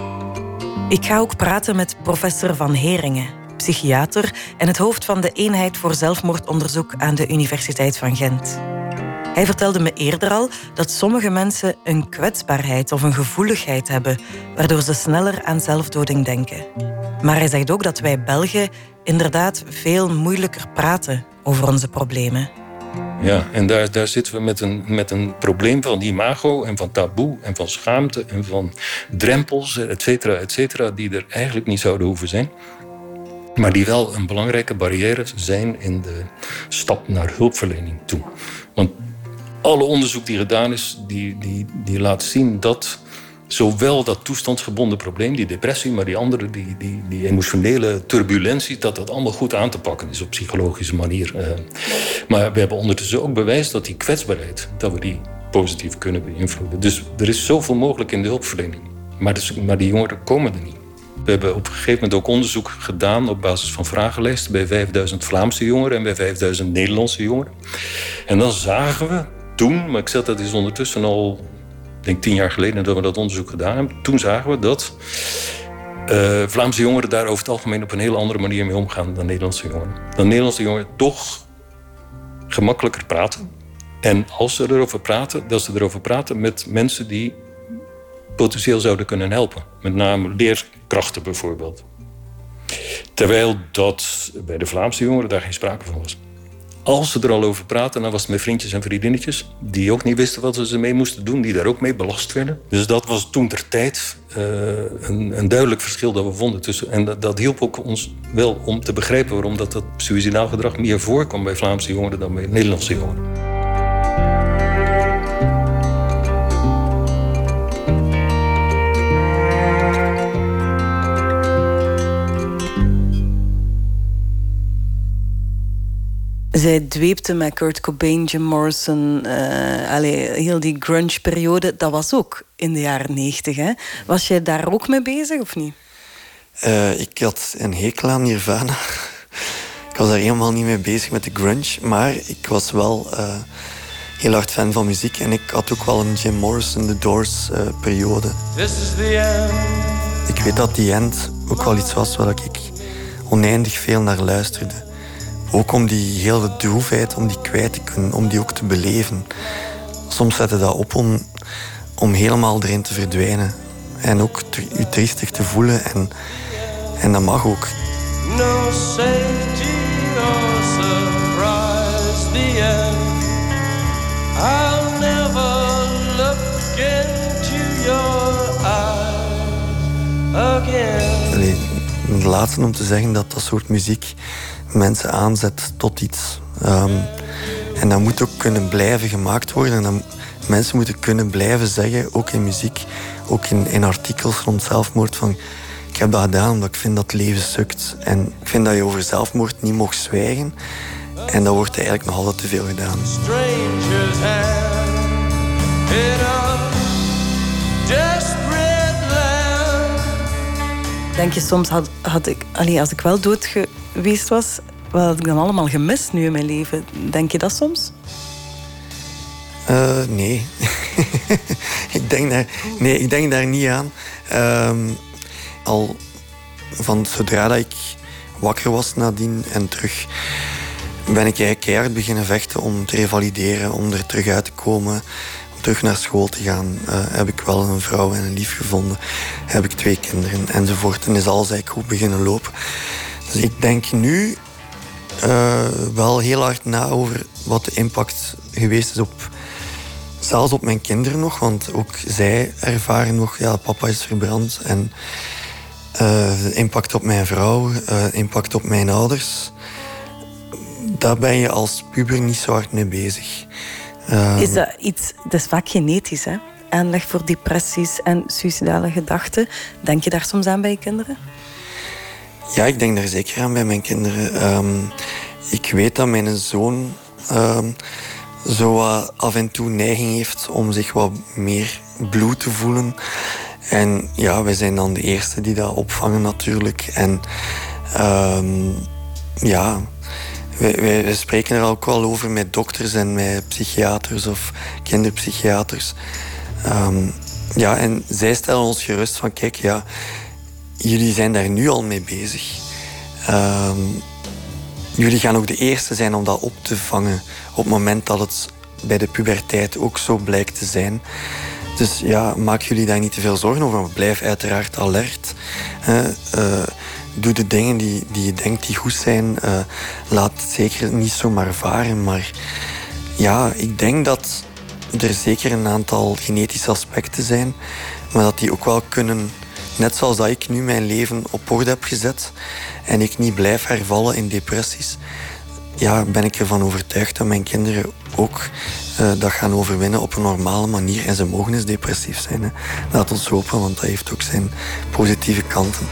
Ik ga ook praten met professor Van Heringen, psychiater en het hoofd van de eenheid voor zelfmoordonderzoek aan de Universiteit van Gent. Hij vertelde me eerder al dat sommige mensen een kwetsbaarheid of een gevoeligheid hebben, waardoor ze sneller aan zelfdoding denken. Maar hij zegt ook dat wij Belgen inderdaad veel moeilijker praten over onze problemen. Ja, en daar, daar zitten we met een, met een probleem van imago en van taboe en van schaamte en van drempels, et cetera, et cetera, die er eigenlijk niet zouden hoeven zijn. Maar die wel een belangrijke barrière zijn in de stap naar hulpverlening toe. Want alle onderzoek die gedaan is, die, die, die laat zien dat zowel dat toestandsgebonden probleem, die depressie, maar die andere, die, die, die emotionele turbulentie, dat dat allemaal goed aan te pakken is op psychologische manier. Uh, maar we hebben ondertussen ook bewijs dat die kwetsbaarheid, dat we die positief kunnen beïnvloeden. Dus er is zoveel mogelijk in de hulpverlening. Maar, dus, maar die jongeren komen er niet. We hebben op een gegeven moment ook onderzoek gedaan op basis van vragenlijsten bij vijfduizend Vlaamse jongeren en bij vijfduizend Nederlandse jongeren. En dan zagen we toen, maar ik zeg dat is ondertussen al, ik denk tien jaar geleden dat we dat onderzoek gedaan hebben. Toen zagen we dat uh, Vlaamse jongeren daar over het algemeen op een heel andere manier mee omgaan dan Nederlandse jongeren. Dat Nederlandse jongeren toch gemakkelijker praten. En als ze erover praten, dat ze erover praten met mensen die potentieel zouden kunnen helpen. Met name leerkrachten bijvoorbeeld. Terwijl dat bij de Vlaamse jongeren daar geen sprake van was. Als ze er al over praten, dan was het met vriendjes en vriendinnetjes die ook niet wisten wat ze mee moesten doen, die daar ook mee belast werden. Dus dat was toen ter tijd uh, een, een duidelijk verschil dat we vonden tussen. En dat, dat hielp ook ons wel om te begrijpen waarom dat, dat suïcidaal gedrag meer voorkwam bij Vlaamse jongeren dan bij Nederlandse jongeren. Zij dweepte met Kurt Cobain, Jim Morrison, uh, allee, heel die grunge-periode. Dat was ook in de jaren negentig. Hè? Was jij daar ook mee bezig, of niet? Uh, ik had een hekel aan Nirvana. Ik was daar helemaal niet mee bezig met de grunge. Maar ik was wel uh, heel hard fan van muziek. En ik had ook wel een Jim Morrison, The Doors uh, periode. This is the end. Ik weet dat The End ook wel iets was waar ik oneindig veel naar luisterde. Ook om die hele droefheid, om die kwijt te kunnen, om die ook te beleven. Soms zet je dat op om, om helemaal erin te verdwijnen. En ook te, je triestig te voelen. En, en dat mag ook. No safety or surprise, the end. I'll never look into your eyes again. Allee, de laatste om te zeggen dat dat soort muziek mensen aanzet tot iets. Um, en dat moet ook kunnen blijven gemaakt worden. En dan, mensen moeten kunnen blijven zeggen, ook in muziek, ook in, in artikels rond zelfmoord, van ik heb dat gedaan omdat ik vind dat het leven sukt. En ik vind dat je over zelfmoord niet mag zwijgen. En dat wordt eigenlijk nog altijd te veel gedaan. Strangers hand in a desperate land. Denk je soms, had, had ik, allee, als ik wel dood geweest was, wat had ik dan allemaal gemist nu in mijn leven? Denk je dat soms? Uh, nee. ik, denk daar, nee, ik denk daar niet aan. Um, al van zodra dat ik wakker was nadien en terug, ben ik eigenlijk keihard beginnen vechten om te revalideren, om er terug uit te komen, om terug naar school te gaan. Uh, heb ik wel een vrouw en een lief gevonden, heb ik twee kinderen enzovoort. En is alles eigenlijk goed beginnen lopen. Dus ik denk nu uh, wel heel hard na over wat de impact geweest is op, zelfs op mijn kinderen nog, want ook zij ervaren nog, ja, papa is verbrand. En uh, de impact op mijn vrouw, uh, impact op mijn ouders. Daar ben je als puber niet zo hard mee bezig. Uh, is dat iets, dat is vaak genetisch, hè? Aanleg voor depressies en suïcidale gedachten. Denk je daar soms aan bij je kinderen? Ja, ik denk daar zeker aan bij mijn kinderen. Um, ik weet dat mijn zoon um, zo wat af en toe neiging heeft om zich wat meer bloed te voelen. En ja, wij zijn dan de eerste die dat opvangen natuurlijk. En um, ja, wij, wij, wij spreken er ook wel over met dokters en met psychiaters of kinderpsychiaters. Um, ja, en zij stellen ons gerust van, kijk, ja, jullie zijn daar nu al mee bezig. Um, jullie gaan ook de eerste zijn om dat op te vangen op het moment dat het bij de puberteit ook zo blijkt te zijn. Dus ja, maak jullie daar niet te veel zorgen over. Maar blijf uiteraard alert. Uh, uh, doe de dingen die, die je denkt die goed zijn. Uh, laat het zeker niet zomaar varen. Maar ja, ik denk dat er zeker een aantal genetische aspecten zijn. Maar dat die ook wel kunnen... Net zoals dat ik nu mijn leven op orde heb gezet en ik niet blijf hervallen in depressies, ja, ben ik ervan overtuigd dat mijn kinderen ook uh, dat gaan overwinnen op een normale manier. En ze mogen eens depressief zijn. Hè. Laat ons hopen, want dat heeft ook zijn positieve kanten.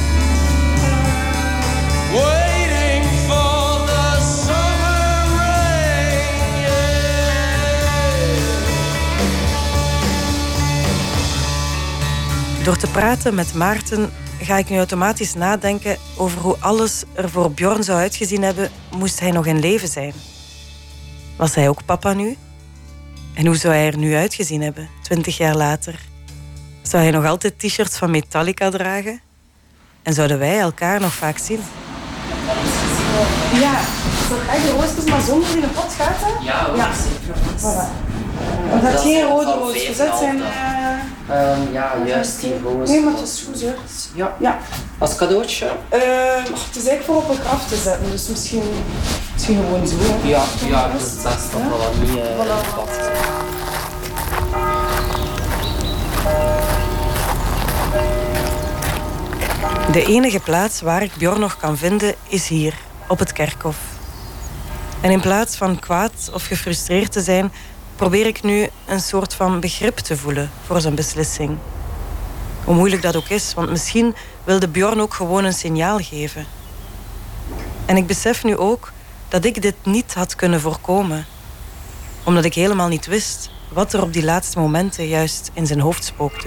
Door te praten met Maarten ga ik nu automatisch nadenken over hoe alles er voor Bjorn zou uitgezien hebben moest hij nog in leven zijn. Was hij ook papa nu? En hoe zou hij er nu uitgezien hebben, twintig jaar later? Zou hij nog altijd t-shirts van Metallica dragen? En zouden wij elkaar nog vaak zien? Ja, zo ga je de roosjes maar zonder in de pot gaat, hè? Ja, hoor. Ja. Voilà. Want dat geen rode roosjes, dat zijn... Uh... Um, ja, juist die roos. Nee, maar het is goed, hè. Ja. Ja. Als cadeautje? Uh, het is eigenlijk voor op een graf te zetten, dus misschien, misschien gewoon zo. Hè. Ja, ja, het is het beste dat we dat niet uh, voilà. pad. De enige plaats waar ik Bjorn nog kan vinden is hier, op het kerkhof. En in plaats van kwaad of gefrustreerd te zijn, probeer ik nu een soort van begrip te voelen voor zijn beslissing. Hoe moeilijk dat ook is, want misschien wilde Bjorn ook gewoon een signaal geven. En ik besef nu ook dat ik dit niet had kunnen voorkomen. Omdat ik helemaal niet wist wat er op die laatste momenten juist in zijn hoofd spookte.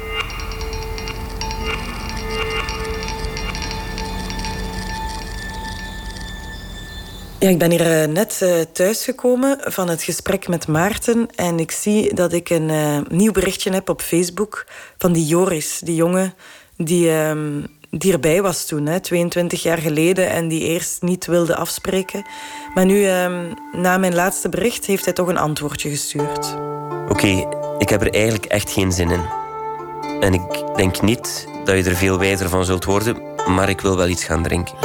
Ja, ik ben hier net uh, thuisgekomen van het gesprek met Maarten. En ik zie dat ik een uh, nieuw berichtje heb op Facebook van die Joris, die jongen die, uh, die erbij was toen, hè, tweeëntwintig jaar geleden, en die eerst niet wilde afspreken. Maar nu, uh, na mijn laatste bericht, heeft hij toch een antwoordje gestuurd. Oké, okay, ik heb er eigenlijk echt geen zin in. En ik denk niet dat je er veel wijzer van zult worden, maar ik wil wel iets gaan drinken.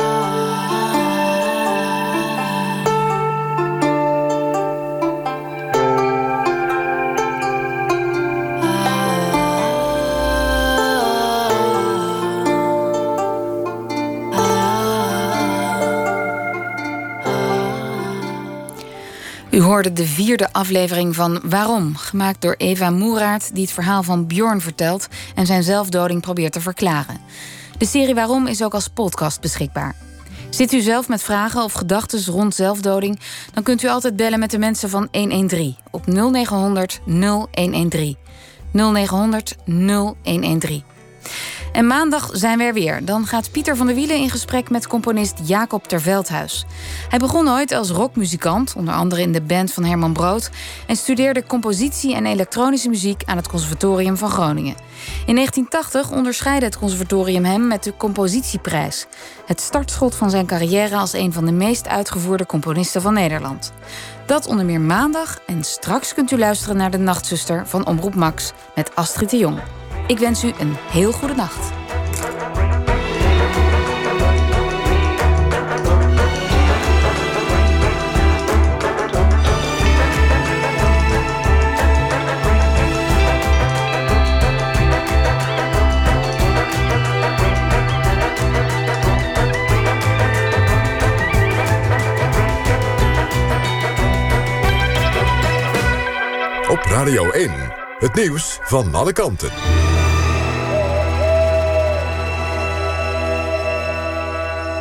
U hoorde de vierde aflevering van Waarom, gemaakt door Eva Moeraert, die het verhaal van Bjorn vertelt en zijn zelfdoding probeert te verklaren. De serie Waarom is ook als podcast beschikbaar. Zit u zelf met vragen of gedachten rond zelfdoding, dan kunt u altijd bellen met de mensen van honderddertien op nul negenhonderd nul honderddertien. nul negenhonderd nul honderddertien. En maandag zijn we er weer. Dan gaat Pieter van der Wielen in gesprek met componist Jacob ter Veldhuis. Hij begon ooit als rockmuzikant, onder andere in de band van Herman Brood, en studeerde compositie en elektronische muziek aan het Conservatorium van Groningen. In negentien tachtig onderscheidde het conservatorium hem met de Compositieprijs, het startschot van zijn carrière als een van de meest uitgevoerde componisten van Nederland. Dat onder meer maandag, en straks kunt u luisteren naar de Nachtzuster van Omroep Max met Astrid de Jong. Ik wens u een heel goede nacht. Op Radio één, het nieuws van alle kanten.